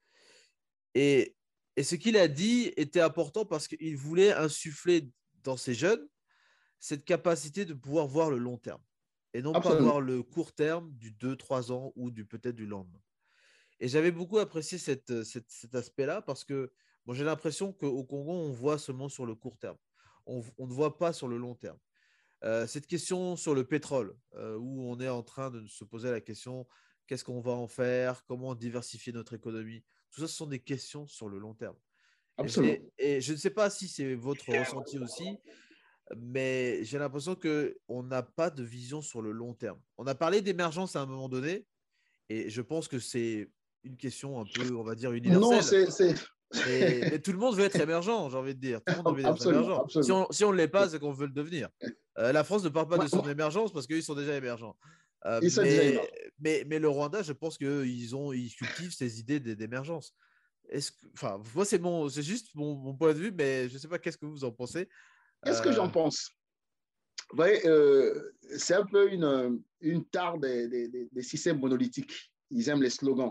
Et, et ce qu'il a dit était important parce qu'il voulait insuffler dans ces jeunes cette capacité de pouvoir voir le long terme et non pas Absolument. voir le court terme du deux trois ans ou du peut-être du lendemain. Et j'avais beaucoup apprécié cette, cette, cet aspect-là parce que bon, j'ai l'impression qu'au Congo, on voit seulement sur le court terme. On, on ne voit pas sur le long terme. Euh, cette question sur le pétrole, euh, où on est en train de se poser la question, qu'est-ce qu'on va en faire? Comment diversifier notre économie? Tout ça, ce sont des questions sur le long terme. Absolument. Et, et je ne sais pas si c'est votre ressenti aussi, mais j'ai l'impression qu'on n'a pas de vision sur le long terme. On a parlé d'émergence à un moment donné, et je pense que c'est une question un peu, on va dire, Non, universelle. c'est... c'est... Mais, mais tout le monde veut être émergent, j'ai envie de dire. Tout le monde veut être Absolument, émergent. Si absolument. on si on ne l'est pas, c'est qu'on veut le devenir. Euh, la France ne parle pas Moi, de son moi, émergence parce qu'ils sont déjà émergents. Euh, il s'est déjà mais, énorme. mais, mais le Rwanda, je pense qu'ils ont, ils cultivent ces idées d'émergence. Est-ce que, enfin, moi, c'est mon, c'est juste mon, mon point de vue, mais je ne sais pas qu'est-ce que vous en pensez. Qu'est-ce que Euh, j'en pense? Vous voyez, euh, c'est un peu une, une tare des, des, des systèmes monolithiques. Ils aiment les slogans.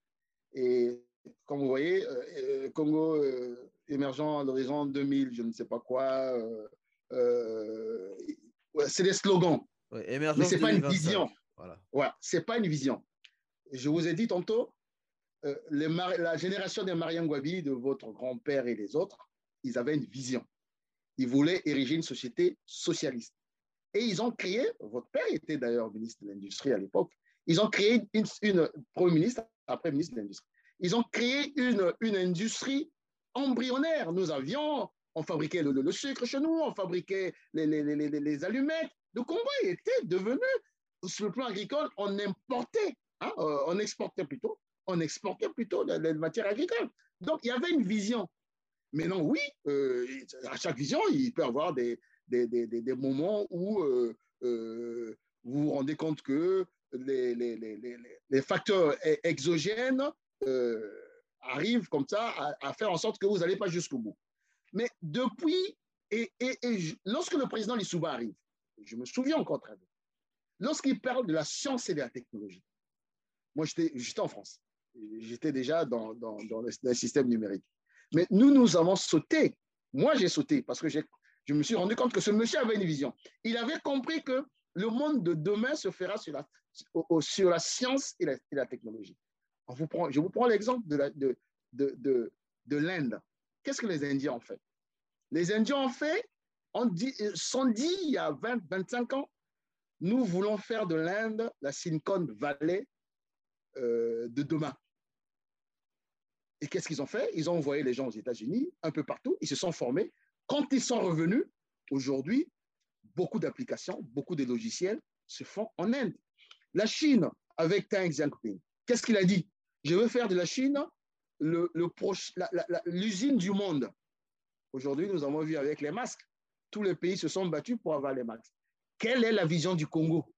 Et comme vous voyez, euh, Congo euh, émergent à l'horizon deux mille, je ne sais pas quoi. Euh, euh, ouais, c'est des slogans, ouais, mais émergence ce n'est pas une deux mille vingt-cinq. vision. Voilà. Voilà, ce n'est pas une vision. Je vous ai dit tantôt, euh, les la génération des Mariam Gwabi, de votre grand-père et les autres, ils avaient une vision. Ils voulaient ériger une société socialiste. Et ils ont créé, votre père était d'ailleurs ministre de l'Industrie à l'époque, ils ont créé une, une Premier ministre, après ministre de l'Industrie. Ils ont créé une, une industrie embryonnaire. Nous avions, on fabriquait le, le sucre chez nous, on fabriquait les, les, les, les, les allumettes. Le Congo était devenu, sur le plan agricole, on importait, hein, euh, on exportait plutôt, on exportait plutôt les, les matières agricoles. Donc, il y avait une vision. Mais non, oui, euh, à chaque vision, il peut y avoir des, des, des, des moments où euh, euh, vous vous rendez compte que les, les, les, les, les facteurs exogènes euh, arrivent comme ça à, à faire en sorte que vous n'allez pas jusqu'au bout. Mais depuis, et, et, et lorsque le président Lissouba arrive, je me souviens encore très bien, lorsqu'il parle de la science et de la technologie, moi j'étais en France, j'étais déjà dans, dans, dans, le, dans le système numérique. Mais nous, nous avons sauté. Moi, j'ai sauté parce que je me suis rendu compte que ce monsieur avait une vision. Il avait compris que le monde de demain se fera sur la, sur la science et la, et la technologie. On vous prend, je vous prends l'exemple de, de, de, de, de l'Inde. Qu'est-ce que les Indiens ont fait? Les Indiens ont fait, on dit, sont dit il y a vingt, vingt-cinq ans, nous voulons faire de l'Inde la Silicon Valley euh, de demain. Et qu'est-ce qu'ils ont fait? Ils ont envoyé les gens aux États-Unis, un peu partout, ils se sont formés. Quand ils sont revenus, aujourd'hui, beaucoup d'applications, beaucoup de logiciels se font en Inde. La Chine, avec Deng Xiaoping, qu'est-ce qu'il a dit? Je veux faire de la Chine le, le proche, la, la, la, l'usine du monde. Aujourd'hui, nous avons vu avec les masques, tous les pays se sont battus pour avoir les masques. Quelle est la vision du Congo?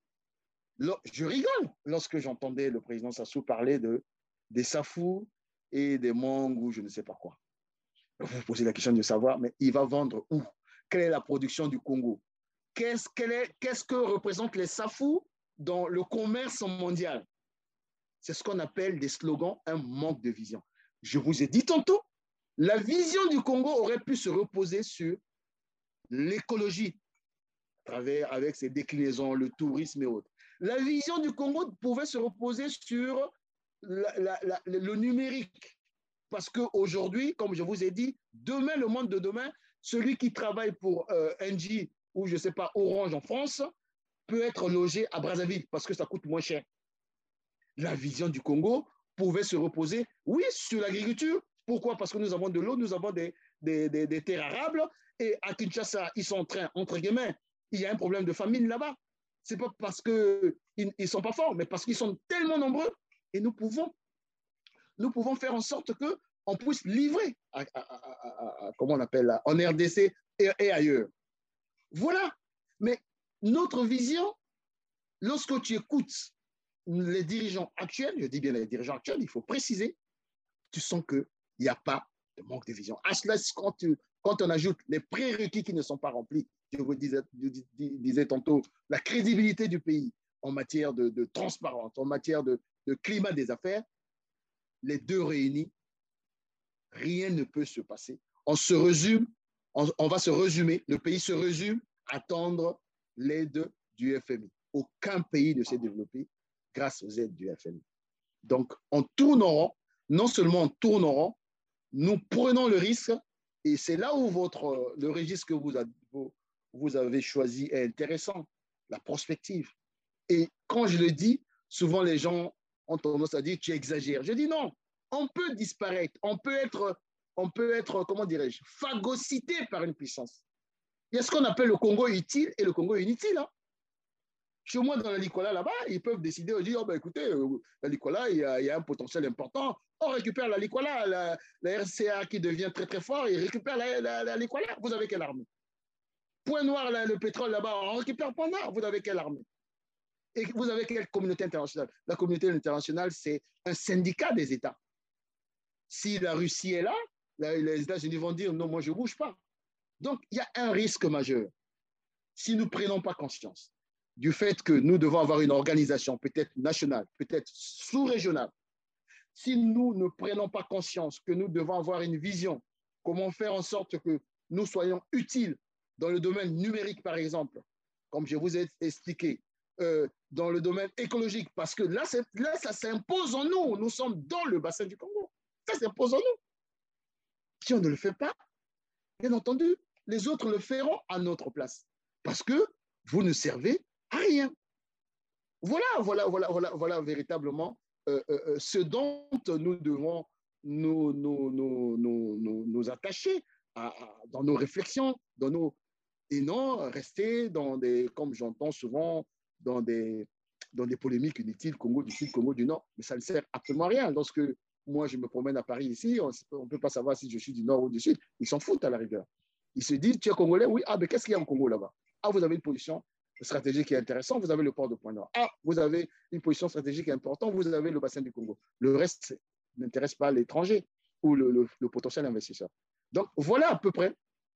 Je rigole lorsque j'entendais le président Sassou parler de, des Safou et des Mangs ou je ne sais pas quoi. Vous vous posez la question de savoir, mais il va vendre où? Quelle est la production du Congo? Qu'est-ce, est, qu'est-ce que représentent les Safou dans le commerce mondial? C'est ce qu'on appelle des slogans, un manque de vision. Je vous ai dit tantôt, la vision du Congo aurait pu se reposer sur l'écologie, à travers, avec ses déclinaisons, le tourisme et autres. La vision du Congo pouvait se reposer sur la, la, la, le numérique. Parce qu'aujourd'hui, comme je vous ai dit, demain, le monde de demain, celui qui travaille pour euh, Engie ou, je ne sais pas, Orange en France, peut être logé à Brazzaville parce que ça coûte moins cher. La vision du Congo pouvait se reposer, oui, sur l'agriculture. Pourquoi? Parce que nous avons de l'eau, nous avons des, des, des, des terres arables et à Kinshasa, ils sont en train, entre guillemets, il y a un problème de famine là-bas. Ce n'est pas parce qu'ils ne sont pas forts, mais parce qu'ils sont tellement nombreux et nous pouvons, nous pouvons faire en sorte qu'on puisse livrer, à, à, à, à, à, comment on appelle là, en R D C et, et ailleurs. Voilà. Mais notre vision, lorsque tu écoutes les dirigeants actuels, je dis bien les dirigeants actuels, il faut préciser, tu sens qu'il n'y a pas de manque de vision. À cela, quand, tu, quand on ajoute les prérequis qui ne sont pas remplis, je vous disais, je disais tantôt, la crédibilité du pays en matière de, de transparence, en matière de, de climat des affaires, les deux réunis, rien ne peut se passer. On se résume, on, on va se résumer, le pays se résume à attendre l'aide du F M I. Aucun pays ne s'est développé grâce aux aides du F M I. Donc, on tourne en rond, non seulement on tourne en rond, nous prenons le risque, et c'est là où votre, le registre que vous, a, vous, vous avez choisi est intéressant, la prospective. Et quand je le dis, souvent les gens ont tendance à dire tu exagères. Je dis non, on peut disparaître, on peut être, on peut être comment dirais-je, phagocyté par une puissance. Il y a ce qu'on appelle le Congo utile et le Congo inutile. Hein. Chez moi, dans la Likola, là-bas, ils peuvent décider de dire, oh, ben, écoutez, euh, la Likola, il y, a, il y a un potentiel important. On récupère la Likola, la, la R C A qui devient très, très fort, il récupère la, la, la Likola. Vous avez quelle armée? Point Noir, là, le pétrole, là-bas, on récupère Point Noir. Vous avez quelle armée? Et vous avez quelle communauté internationale? La communauté internationale, c'est un syndicat des États. Si la Russie est là, les États-Unis vont dire, non, moi, je ne bouge pas. Donc, il y a un risque majeur. Si nous ne prenons pas conscience du fait que nous devons avoir une organisation peut-être nationale, peut-être sous-régionale, si nous ne prenons pas conscience que nous devons avoir une vision, comment faire en sorte que nous soyons utiles dans le domaine numérique, par exemple, comme je vous ai expliqué, euh, dans le domaine écologique, parce que là, là ça s'impose en nous. Nous sommes dans le bassin du Congo. Ça s'impose en nous. Si on ne le fait pas, bien entendu, les autres le feront à notre place. Parce que vous ne servez à rien. Voilà, voilà, voilà, voilà, voilà véritablement euh, euh, ce dont nous devons nous, nous, nous, nous, nous, nous attacher à, à, dans nos réflexions, dans nos, et non rester dans des, comme j'entends souvent, dans des, dans des polémiques inutiles, Congo du Sud, Congo du Nord, mais ça ne sert absolument à rien. Lorsque moi, je me promène à Paris ici, on ne peut pas savoir si je suis du Nord ou du Sud, ils s'en foutent à la rigueur. Ils se disent, tu es Congolais? Oui, ah, mais qu'est-ce qu'il y a au Congo là-bas? Ah, vous avez une position stratégique qui est intéressante, vous avez le port de Point Nord. Ah, vous avez une position stratégique importante, vous avez le bassin du Congo. Le reste n'intéresse pas l'étranger ou le, le, le potentiel investisseur. Donc, voilà à peu près,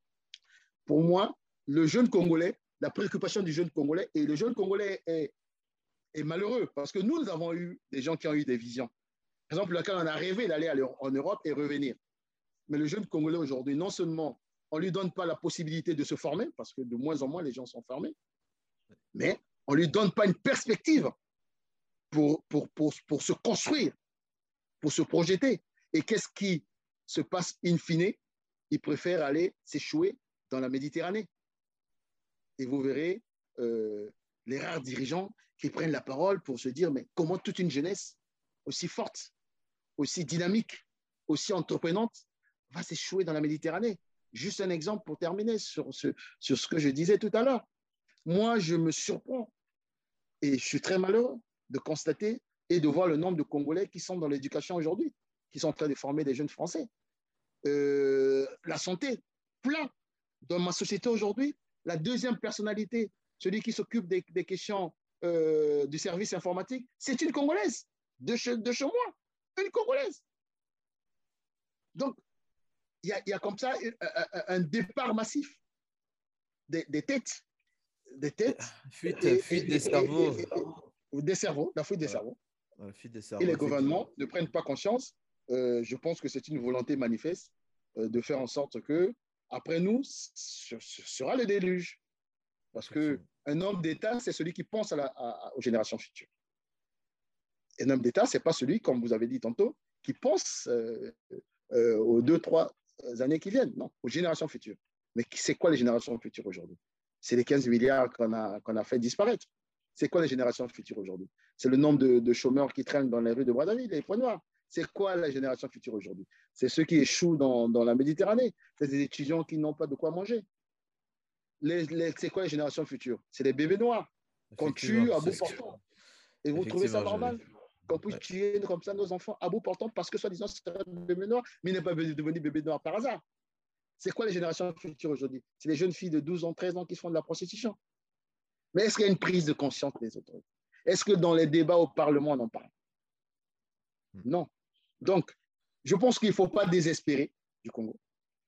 pour moi, le jeune Congolais, la préoccupation du jeune Congolais. Et le jeune Congolais est, est malheureux parce que nous, nous avons eu des gens qui ont eu des visions. Par exemple, quand on a rêvé d'aller en Europe et revenir. Mais le jeune Congolais aujourd'hui, non seulement on ne lui donne pas la possibilité de se former, parce que de moins en moins les gens sont formés, mais on ne lui donne pas une perspective pour, pour, pour, pour se construire, pour se projeter. Et qu'est-ce qui se passe in fine? Il préfère aller s'échouer dans la Méditerranée. Et vous verrez euh, les rares dirigeants qui prennent la parole pour se dire, mais comment toute une jeunesse aussi forte, aussi dynamique, aussi entreprenante va s'échouer dans la Méditerranée? Juste un exemple pour terminer sur ce, sur ce que je disais tout à l'heure. Moi, je me surprends et je suis très malheureux de constater et de voir le nombre de Congolais qui sont dans l'éducation aujourd'hui, qui sont en train de former des jeunes Français. Euh, la santé, plein. Dans ma société aujourd'hui, la deuxième personnalité, celui qui s'occupe des, des questions euh, du service informatique, c'est une Congolaise de chez, de chez moi, une Congolaise. Donc, il y a, y a comme ça un, un départ massif des, des têtes. Des têtes. Fuite, et, fuite et, des et, cerveaux. Et, et, et, des cerveaux, la fuite des voilà. cerveaux. La fuite des cerveaux. Et les gouvernements ne prennent pas conscience. Euh, je pense que c'est une volonté manifeste euh, de faire en sorte que, après nous, ce sera le déluge. Parce qu'un homme d'État, c'est celui qui pense à la, à, aux générations futures. Un homme d'État, ce n'est pas celui, comme vous avez dit tantôt, qui pense euh, euh, aux deux, trois années qui viennent. Non, aux générations futures. Mais c'est quoi les générations futures aujourd'hui? C'est les quinze milliards qu'on a, qu'on a fait disparaître. C'est quoi les générations futures aujourd'hui? C'est le nombre de, de chômeurs qui traînent dans les rues de Brazzaville, les points noirs. C'est quoi la génération future aujourd'hui? C'est ceux qui échouent dans, dans la Méditerranée. C'est des étudiants qui n'ont pas de quoi manger. Les, les, c'est quoi les générations futures? C'est les bébés noirs qu'on tue à bout portant. Et vous trouvez ça normal qu'on puisse ouais. tuer comme ça nos enfants à bout portant parce que soi-disant c'est un bébé noir, mais il n'est pas devenu bébé noir par hasard. C'est quoi les générations futures aujourd'hui? C'est les jeunes filles de douze ans, treize ans qui font de la prostitution. Mais est-ce qu'il y a une prise de conscience des autorités? Est-ce que dans les débats au Parlement, on en parle? Non. Donc, je pense qu'il ne faut pas désespérer du Congo.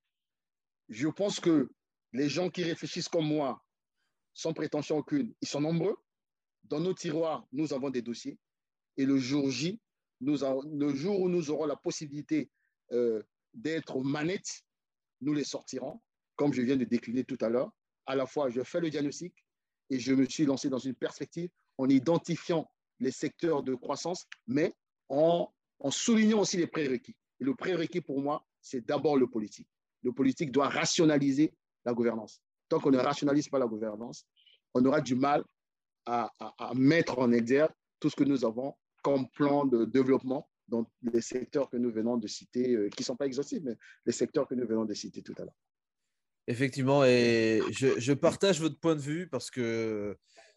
Je pense que les gens qui réfléchissent comme moi, sans prétention aucune, ils sont nombreux. Dans nos tiroirs, nous avons des dossiers. Et le jour J, nous avons, le jour où nous aurons la possibilité euh, d'être aux manettes, nous les sortirons, comme je viens de décliner tout à l'heure. À la fois, je fais le diagnostic et je me suis lancé dans une perspective en identifiant les secteurs de croissance, mais en, en soulignant aussi les prérequis. Et le prérequis pour moi, c'est d'abord le politique. Le politique doit rationaliser la gouvernance. Tant qu'on ne rationalise pas la gouvernance, on aura du mal à, à, à mettre en exergue tout ce que nous avons comme plan de développement dans les secteurs que nous venons de citer, euh, qui ne sont pas exhaustifs, mais les secteurs que nous venons de citer tout à l'heure. Effectivement, et je, je partage votre point de vue parce que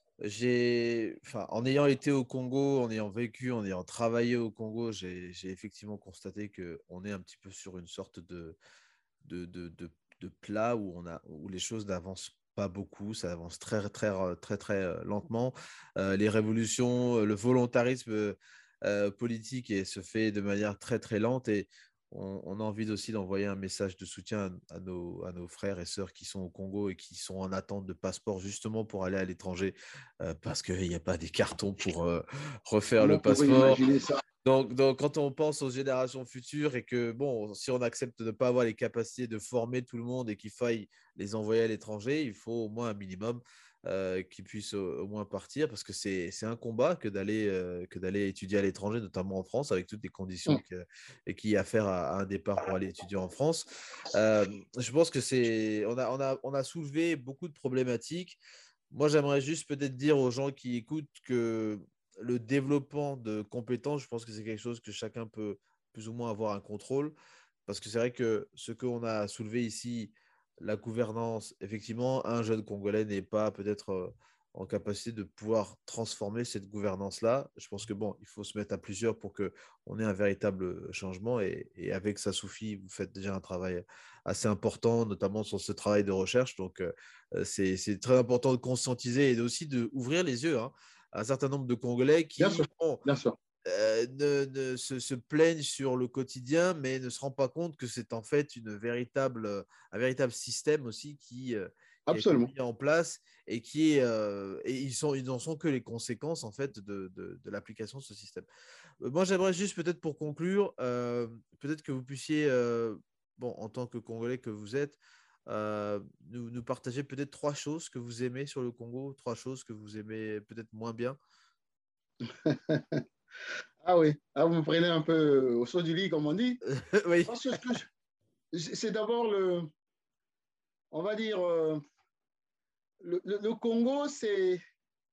j'ai, enfin, en ayant été au Congo, en ayant vécu, en ayant travaillé au Congo, j'ai, j'ai effectivement constaté qu'on est un petit peu sur une sorte de, de, de, de, de plat où, on a, où les choses n'avancent pas beaucoup, ça avance très, très, très, très, très lentement. Euh, les révolutions, le volontarisme euh, politique et se fait de manière très, très lente et on, on a envie aussi d'envoyer un message de soutien à, à, nos, à nos frères et sœurs qui sont au Congo et qui sont en attente de passeport justement pour aller à l'étranger euh, parce qu'il n'y a pas des cartons pour euh, refaire Comment le passeport. Ça Donc, donc, quand on pense aux générations futures et que, bon, si on accepte de ne pas avoir les capacités de former tout le monde et qu'il faille les envoyer à l'étranger, il faut au moins un minimum euh, qu'ils puissent au, au moins partir parce que c'est, c'est un combat que d'aller, euh, que d'aller étudier à l'étranger, notamment en France, avec toutes les conditions que, et qu'il y a à faire à, à un départ pour aller étudier en France. Euh, je pense que c'est, on a, on a, on a soulevé beaucoup de problématiques. Moi, j'aimerais juste peut-être dire aux gens qui écoutent que le développement de compétences, je pense que c'est quelque chose que chacun peut plus ou moins avoir un contrôle. Parce que c'est vrai que ce qu'on a soulevé ici, la gouvernance, effectivement, un jeune Congolais n'est pas peut-être en capacité de pouvoir transformer cette gouvernance-là. Je pense que bon, il faut se mettre à plusieurs pour qu'on ait un véritable changement. Et, et avec ça, Sophie, vous faites déjà un travail assez important, notamment sur ce travail de recherche. Donc, euh, c'est, c'est très important de conscientiser et aussi d'ouvrir les yeux, hein, un certain nombre de Congolais qui bien sûr, bon, bien sûr. Euh, ne, ne se, se plaignent sur le quotidien, mais ne se rendent pas compte que c'est en fait une véritable, un véritable système aussi qui, euh, qui a été mis en place et qui est, euh, et ils sont, ils n'en sont que les conséquences en fait de, de, de l'application de ce système. Euh, moi, j'aimerais juste peut-être pour conclure, euh, peut-être que vous puissiez, euh, bon, en tant que Congolais que vous êtes, euh, nous, nous partager peut-être trois choses que vous aimez sur le Congo, trois choses que vous aimez peut-être moins bien. Ah oui, ah, vous me prenez un peu au saut du lit, comme on dit. Oui. Parce que je, c'est d'abord le, on va dire, euh, le, le, le Congo, c'est,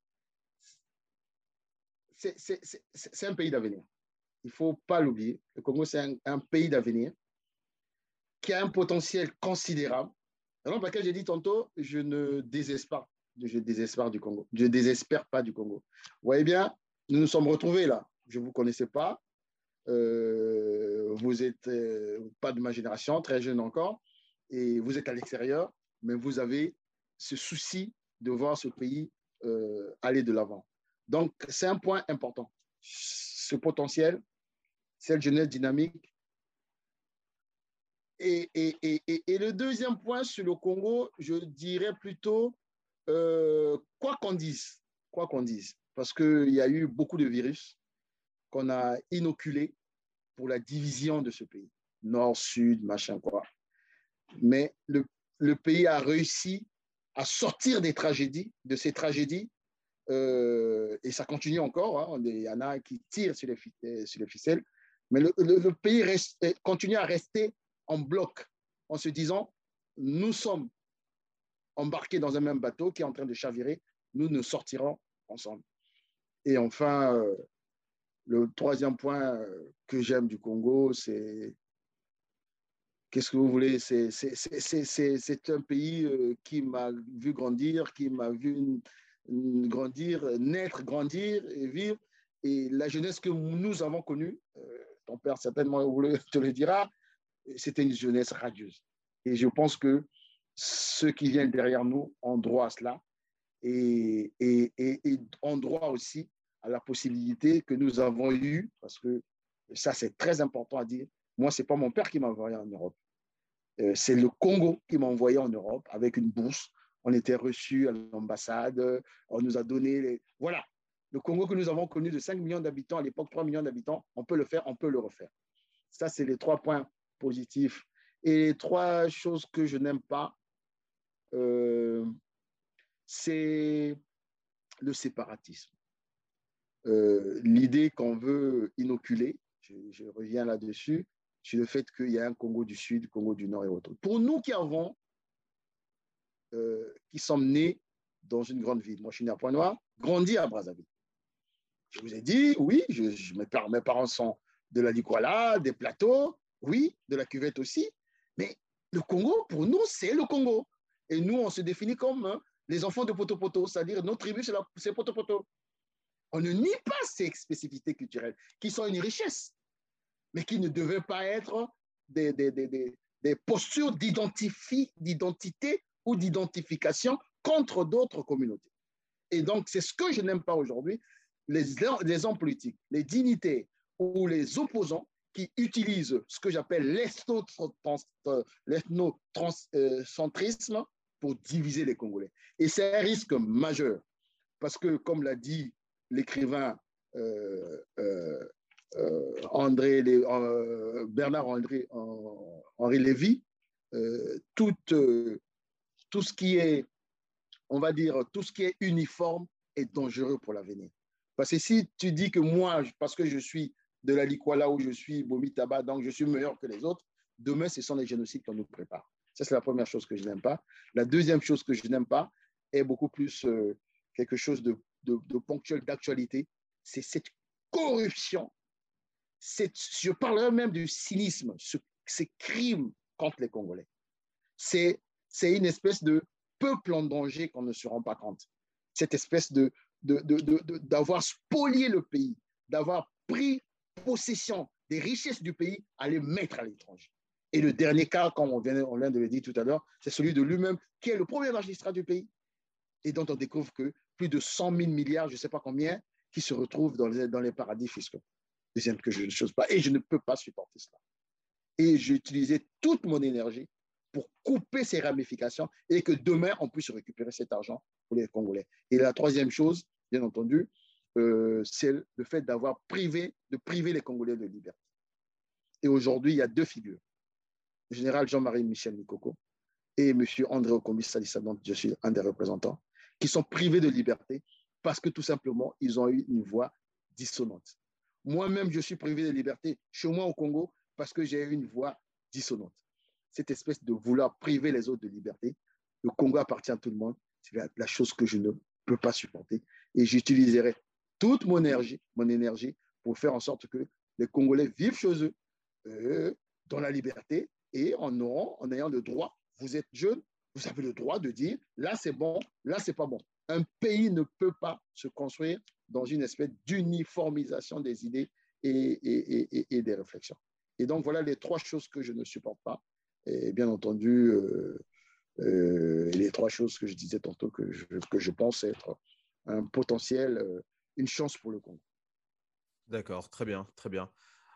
c'est, c'est, c'est, c'est un pays d'avenir. Il ne faut pas l'oublier. Le Congo, c'est un, un pays d'avenir qui a un potentiel considérable. Alors, parce que j'ai dit tantôt, je ne désespère, je désespère du Congo. Je ne désespère pas du Congo. Vous voyez bien, nous nous sommes retrouvés là. Je ne vous connaissais pas. euh, vous êtes euh, pas de ma génération, très jeune encore, et vous êtes à l'extérieur, mais vous avez ce souci de voir ce pays euh, aller de l'avant. Donc, c'est un point important. Ce potentiel, cette jeunesse dynamique. Et, et, et, et le deuxième point sur le Congo, je dirais plutôt, euh, quoi qu'on dise, quoi qu'on dise, parce qu'il y a eu beaucoup de virus qu'on a inoculés pour la division de ce pays, nord, sud, machin quoi. Mais le, le pays a réussi à sortir des tragédies, de ces tragédies, euh, et ça continue encore, hein. Il y en a qui tirent sur les, sur les ficelles, mais le, le, le pays reste, continue à rester en bloc, en se disant, nous sommes embarqués dans un même bateau qui est en train de chavirer, nous ne sortirons ensemble. Et enfin, euh, le troisième point que j'aime du Congo, c'est, qu'est-ce que vous voulez, c'est, c'est, c'est, c'est, c'est un pays euh, qui m'a vu grandir, qui m'a vu une, une grandir, naître, grandir et vivre. Et la jeunesse que nous avons connue, euh, ton père certainement te le dira, c'était une jeunesse radieuse. Et je pense que ceux qui viennent derrière nous ont droit à cela et, et, et, et ont droit aussi à la possibilité que nous avons eue, parce que ça, c'est très important à dire. Moi, ce n'est pas mon père qui m'a envoyé en Europe. Euh, c'est le Congo qui m'a envoyé en Europe avec une bourse. On était reçus à l'ambassade, on nous a donné les... Voilà. Le Congo que nous avons connu de cinq millions d'habitants, à l'époque trois millions d'habitants, on peut le faire, on peut le refaire. Ça, c'est les trois points positifs. Et les trois choses que je n'aime pas, euh, c'est le séparatisme. Euh, l'idée qu'on veut inoculer, je, je reviens là-dessus, sur le fait qu'il y a un Congo du Sud, Congo du Nord et autres. Pour nous qui avons, euh, qui sommes nés dans une grande ville, moi je suis né à Pointe-Noire, grandi à Brazzaville. Je vous ai dit, oui, je, je, mes, parents, mes parents sont de la Likwala, des plateaux, oui, de la cuvette aussi, mais le Congo, pour nous, c'est le Congo. Et nous, on se définit comme hein, les enfants de Poto-Poto, c'est-à-dire notre tribu, c'est Poto-Poto. On ne nie pas ces spécificités culturelles, qui sont une richesse, mais qui ne devaient pas être des, des, des, des, des postures d'identité ou d'identification contre d'autres communautés. Et donc, c'est ce que je n'aime pas aujourd'hui, les, les hommes politiques, les dignitaires ou les opposants qui utilisent ce que j'appelle l'ethnocentrisme pour diviser les Congolais. Et c'est un risque majeur, parce que, comme l'a dit l'écrivain euh, euh, euh, André, euh, Bernard André, euh, Henri Lévy, euh, tout, euh, tout ce qui est, on va dire, tout ce qui est uniforme est dangereux pour l'avenir. Parce que si tu dis que moi, parce que je suis de la Likwala où je suis Bomi Taba, donc je suis meilleur que les autres, demain, ce sont les génocides qu'on nous prépare. Ça, c'est la première chose que je n'aime pas. La deuxième chose que je n'aime pas est beaucoup plus euh, quelque chose de, de, de ponctuel, d'actualité. C'est cette corruption. Cette, je parlerai même du cynisme, ce, ces crimes contre les Congolais. C'est, c'est une espèce de peuple en danger qu'on ne se rend pas compte. Cette espèce de, de, de, de, de, d'avoir spolié le pays, d'avoir pris possession des richesses du pays à les mettre à l'étranger. Et le dernier cas, comme on vient, on vient de le dire tout à l'heure, c'est celui de lui-même, qui est le premier magistrat du pays, et dont on découvre que plus de cent mille milliards, je ne sais pas combien, qui se retrouvent dans les, dans les paradis fiscaux. Deuxième que je ne chose pas, et je ne peux pas supporter cela. Et j'ai utilisé toute mon énergie pour couper ces ramifications et que demain, on puisse récupérer cet argent pour les Congolais. Et la troisième chose, bien entendu, euh, c'est le fait d'avoir privé, de priver les Congolais de liberté. Et aujourd'hui, il y a deux figures. Le général Jean-Marie Michel Mikoko et M. André Okombi Salissa, dont je suis un des représentants, qui sont privés de liberté parce que tout simplement, ils ont eu une voix dissonante. Moi-même, je suis privé de liberté chez moi au Congo parce que j'ai eu une voix dissonante. Cette espèce de vouloir priver les autres de liberté, le Congo appartient à tout le monde, c'est la, la chose que je ne peux pas supporter. Et j'utiliserai toute mon énergie, mon énergie pour faire en sorte que les Congolais vivent chez eux euh, dans la liberté et en, auront, en ayant le droit, vous êtes jeunes, vous avez le droit de dire là c'est bon, là c'est pas bon. Un pays ne peut pas se construire dans une espèce d'uniformisation des idées et, et, et, et des réflexions. Et donc, voilà les trois choses que je ne supporte pas. Et bien entendu, euh, euh, les trois choses que je disais tantôt que je, que je pense être un potentiel, euh, une chance pour le Congo. D'accord, très bien, très bien.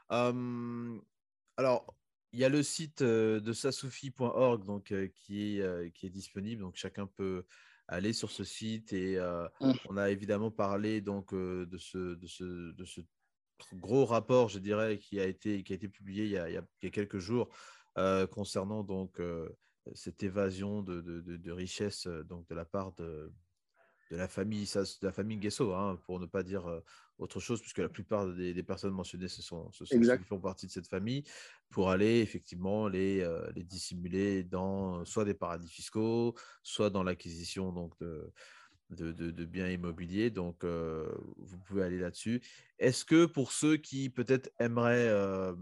Euh, alors, il y a le site euh, de sasoufi point org donc, euh, qui, est, euh, qui est disponible. Donc, chacun peut aller sur ce site. Et euh, Mmh. on a évidemment parlé donc, euh, de, ce, de, ce, de ce gros rapport, je dirais, qui a été, qui a été publié il y a, il y a, il y a quelques jours euh, concernant donc, euh, cette évasion de, de, de, de richesses donc, de la part de, de la famille, ça, de la famille Nguesso, hein, pour ne pas dire euh, autre chose, puisque la plupart des, des personnes mentionnées, ce sont, ce sont ceux Exact. qui font partie de cette famille, pour aller effectivement les, euh, les dissimuler dans soit des paradis fiscaux, soit dans l'acquisition donc de, de, de, de biens immobiliers. Donc, euh, vous pouvez aller là-dessus. Est-ce que pour ceux qui peut-être aimeraient, euh,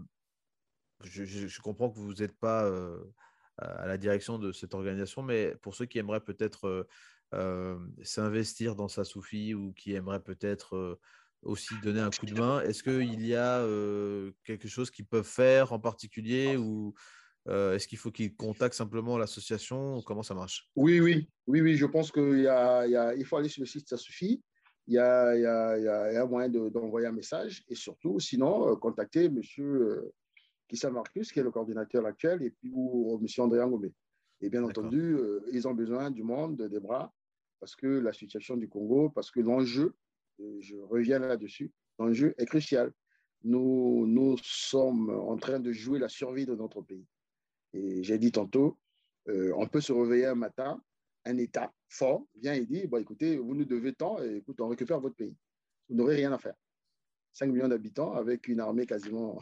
je, je, je comprends que vous n'êtes pas euh, à la direction de cette organisation, mais pour ceux qui aimeraient peut-être euh, euh, s'investir dans Sasoufi ou qui aimeraient peut-être euh, aussi donner un coup de main, est-ce qu'il y a euh, quelque chose qu'ils peuvent faire en particulier ou euh, est-ce qu'il faut qu'ils contactent simplement l'association? Comment ça marche? Oui, oui, oui, oui, je pense qu'il y a, il y a, il faut aller sur le site, ça suffit. Il y a, il y a, il y a, il y a moyen de, d'envoyer un message et surtout, sinon, euh, contacter M. Euh, Kissa Marcus, qui est le coordinateur actuel, et puis ou M. André Ngomé. Et bien D'accord. entendu, euh, ils ont besoin du monde, des bras, parce que la situation du Congo, parce que l'enjeu, je reviens là-dessus, l'enjeu est crucial. Nous, nous sommes en train de jouer la survie de notre pays. Et j'ai dit tantôt, euh, on peut se réveiller un matin, un État fort vient et dit, bon, écoutez, vous nous devez tant, et écoute, on récupère votre pays. Vous n'aurez rien à faire. cinq millions d'habitants avec une armée quasiment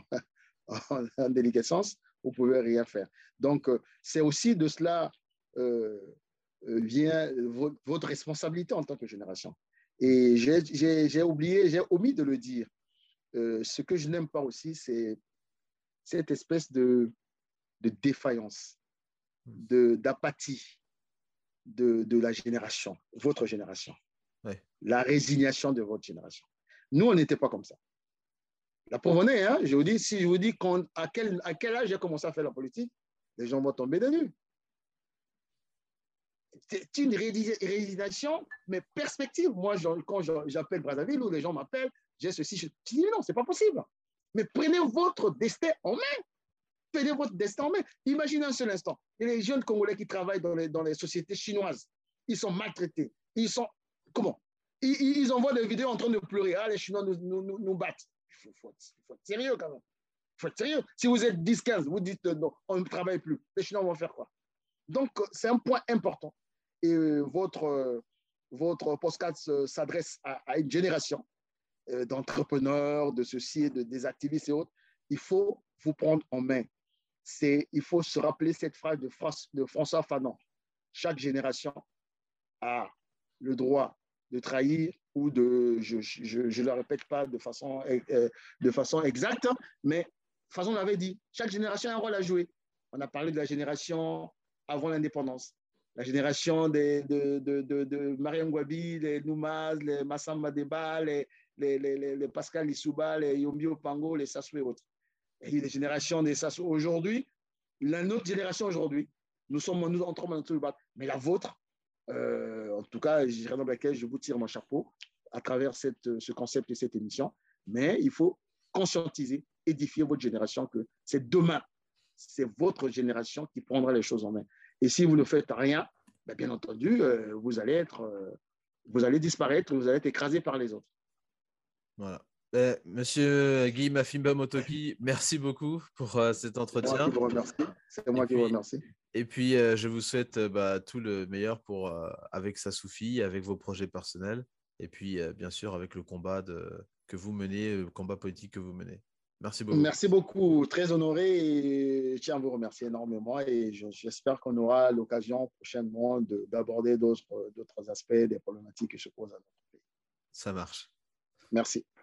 en déliquescence, vous ne pouvez rien faire. Donc, euh, c'est aussi de cela euh, vient votre, votre responsabilité en tant que génération. Et j'ai, j'ai, j'ai oublié, j'ai omis de le dire. Euh, ce que je n'aime pas aussi, c'est cette espèce de, de défaillance, de, d'apathie de, de la génération, votre génération. Ouais. La résignation de votre génération. Nous, on n'était pas comme ça. La preuve en est, hein, je vous dis, si je vous dis à quel, à quel âge j'ai commencé à faire la politique, les gens vont tomber des nues. C'est une réalisation, mais perspective. Moi, quand j'appelle Brazzaville ou les gens m'appellent, j'ai ceci, je dis non, c'est pas possible. Mais prenez votre destin en main. Prenez votre destin en main. Imaginez un seul instant. Et les jeunes Congolais qui travaillent dans les, dans les sociétés chinoises, ils sont maltraités. Ils sont, comment? Ils, ils envoient des vidéos en train de pleurer. Ah, les Chinois nous, nous, nous, nous battent. Il faut, faut, faut être sérieux quand même. Il faut être sérieux. Si vous êtes dix quinze, vous dites euh, non, on ne travaille plus. Les Chinois vont faire quoi? Donc, c'est un point important. Et euh, votre, euh, votre podcast euh, s'adresse à, à une génération euh, d'entrepreneurs, de ceci, de, des activistes et autres. Il faut vous prendre en main. C'est, il faut se rappeler cette phrase de, France, de François Fanon. Chaque génération a le droit de trahir ou de, je ne le répète pas de façon, euh, de façon exacte, mais Fanon l'avait dit, chaque génération a un rôle à jouer. On a parlé de la génération avant l'indépendance, la génération de, de, de, de, de Mariam Gwabi, les Noumaz, les Massamba Deba, les, les, les, les Pascal Lissouba, les Yombi Opango, les Sassou et autres. Et les générations des Sassou. Aujourd'hui, la notre génération aujourd'hui, nous sommes nous entrons dans tout le bac, mais la vôtre, euh, en tout cas, je dirais dans laquelle je vous tire mon chapeau à travers cette, ce concept et cette émission. Mais il faut conscientiser, édifier votre génération que c'est demain, c'est votre génération qui prendra les choses en main. Et si vous ne faites rien, ben bien entendu, euh, vous allez être, euh, vous allez disparaître, vous allez être écrasé par les autres. Voilà. Eh, Monsieur Guy Mafimba Motoki, merci beaucoup pour euh, cet entretien. C'est moi qui vous remercie. C'est moi et qui puis, vous remercie. Et puis, euh, je vous souhaite euh, bah, tout le meilleur pour, euh, avec Sasoufi, avec vos projets personnels, et puis, euh, bien sûr, avec le combat de, que vous menez, le combat politique que vous menez. Merci beaucoup. Merci beaucoup. Très honoré et je tiens à vous remercier énormément et j'espère qu'on aura l'occasion prochainement de, d'aborder d'autres, d'autres aspects des problématiques qui se posent à notre pays. Ça marche. Merci.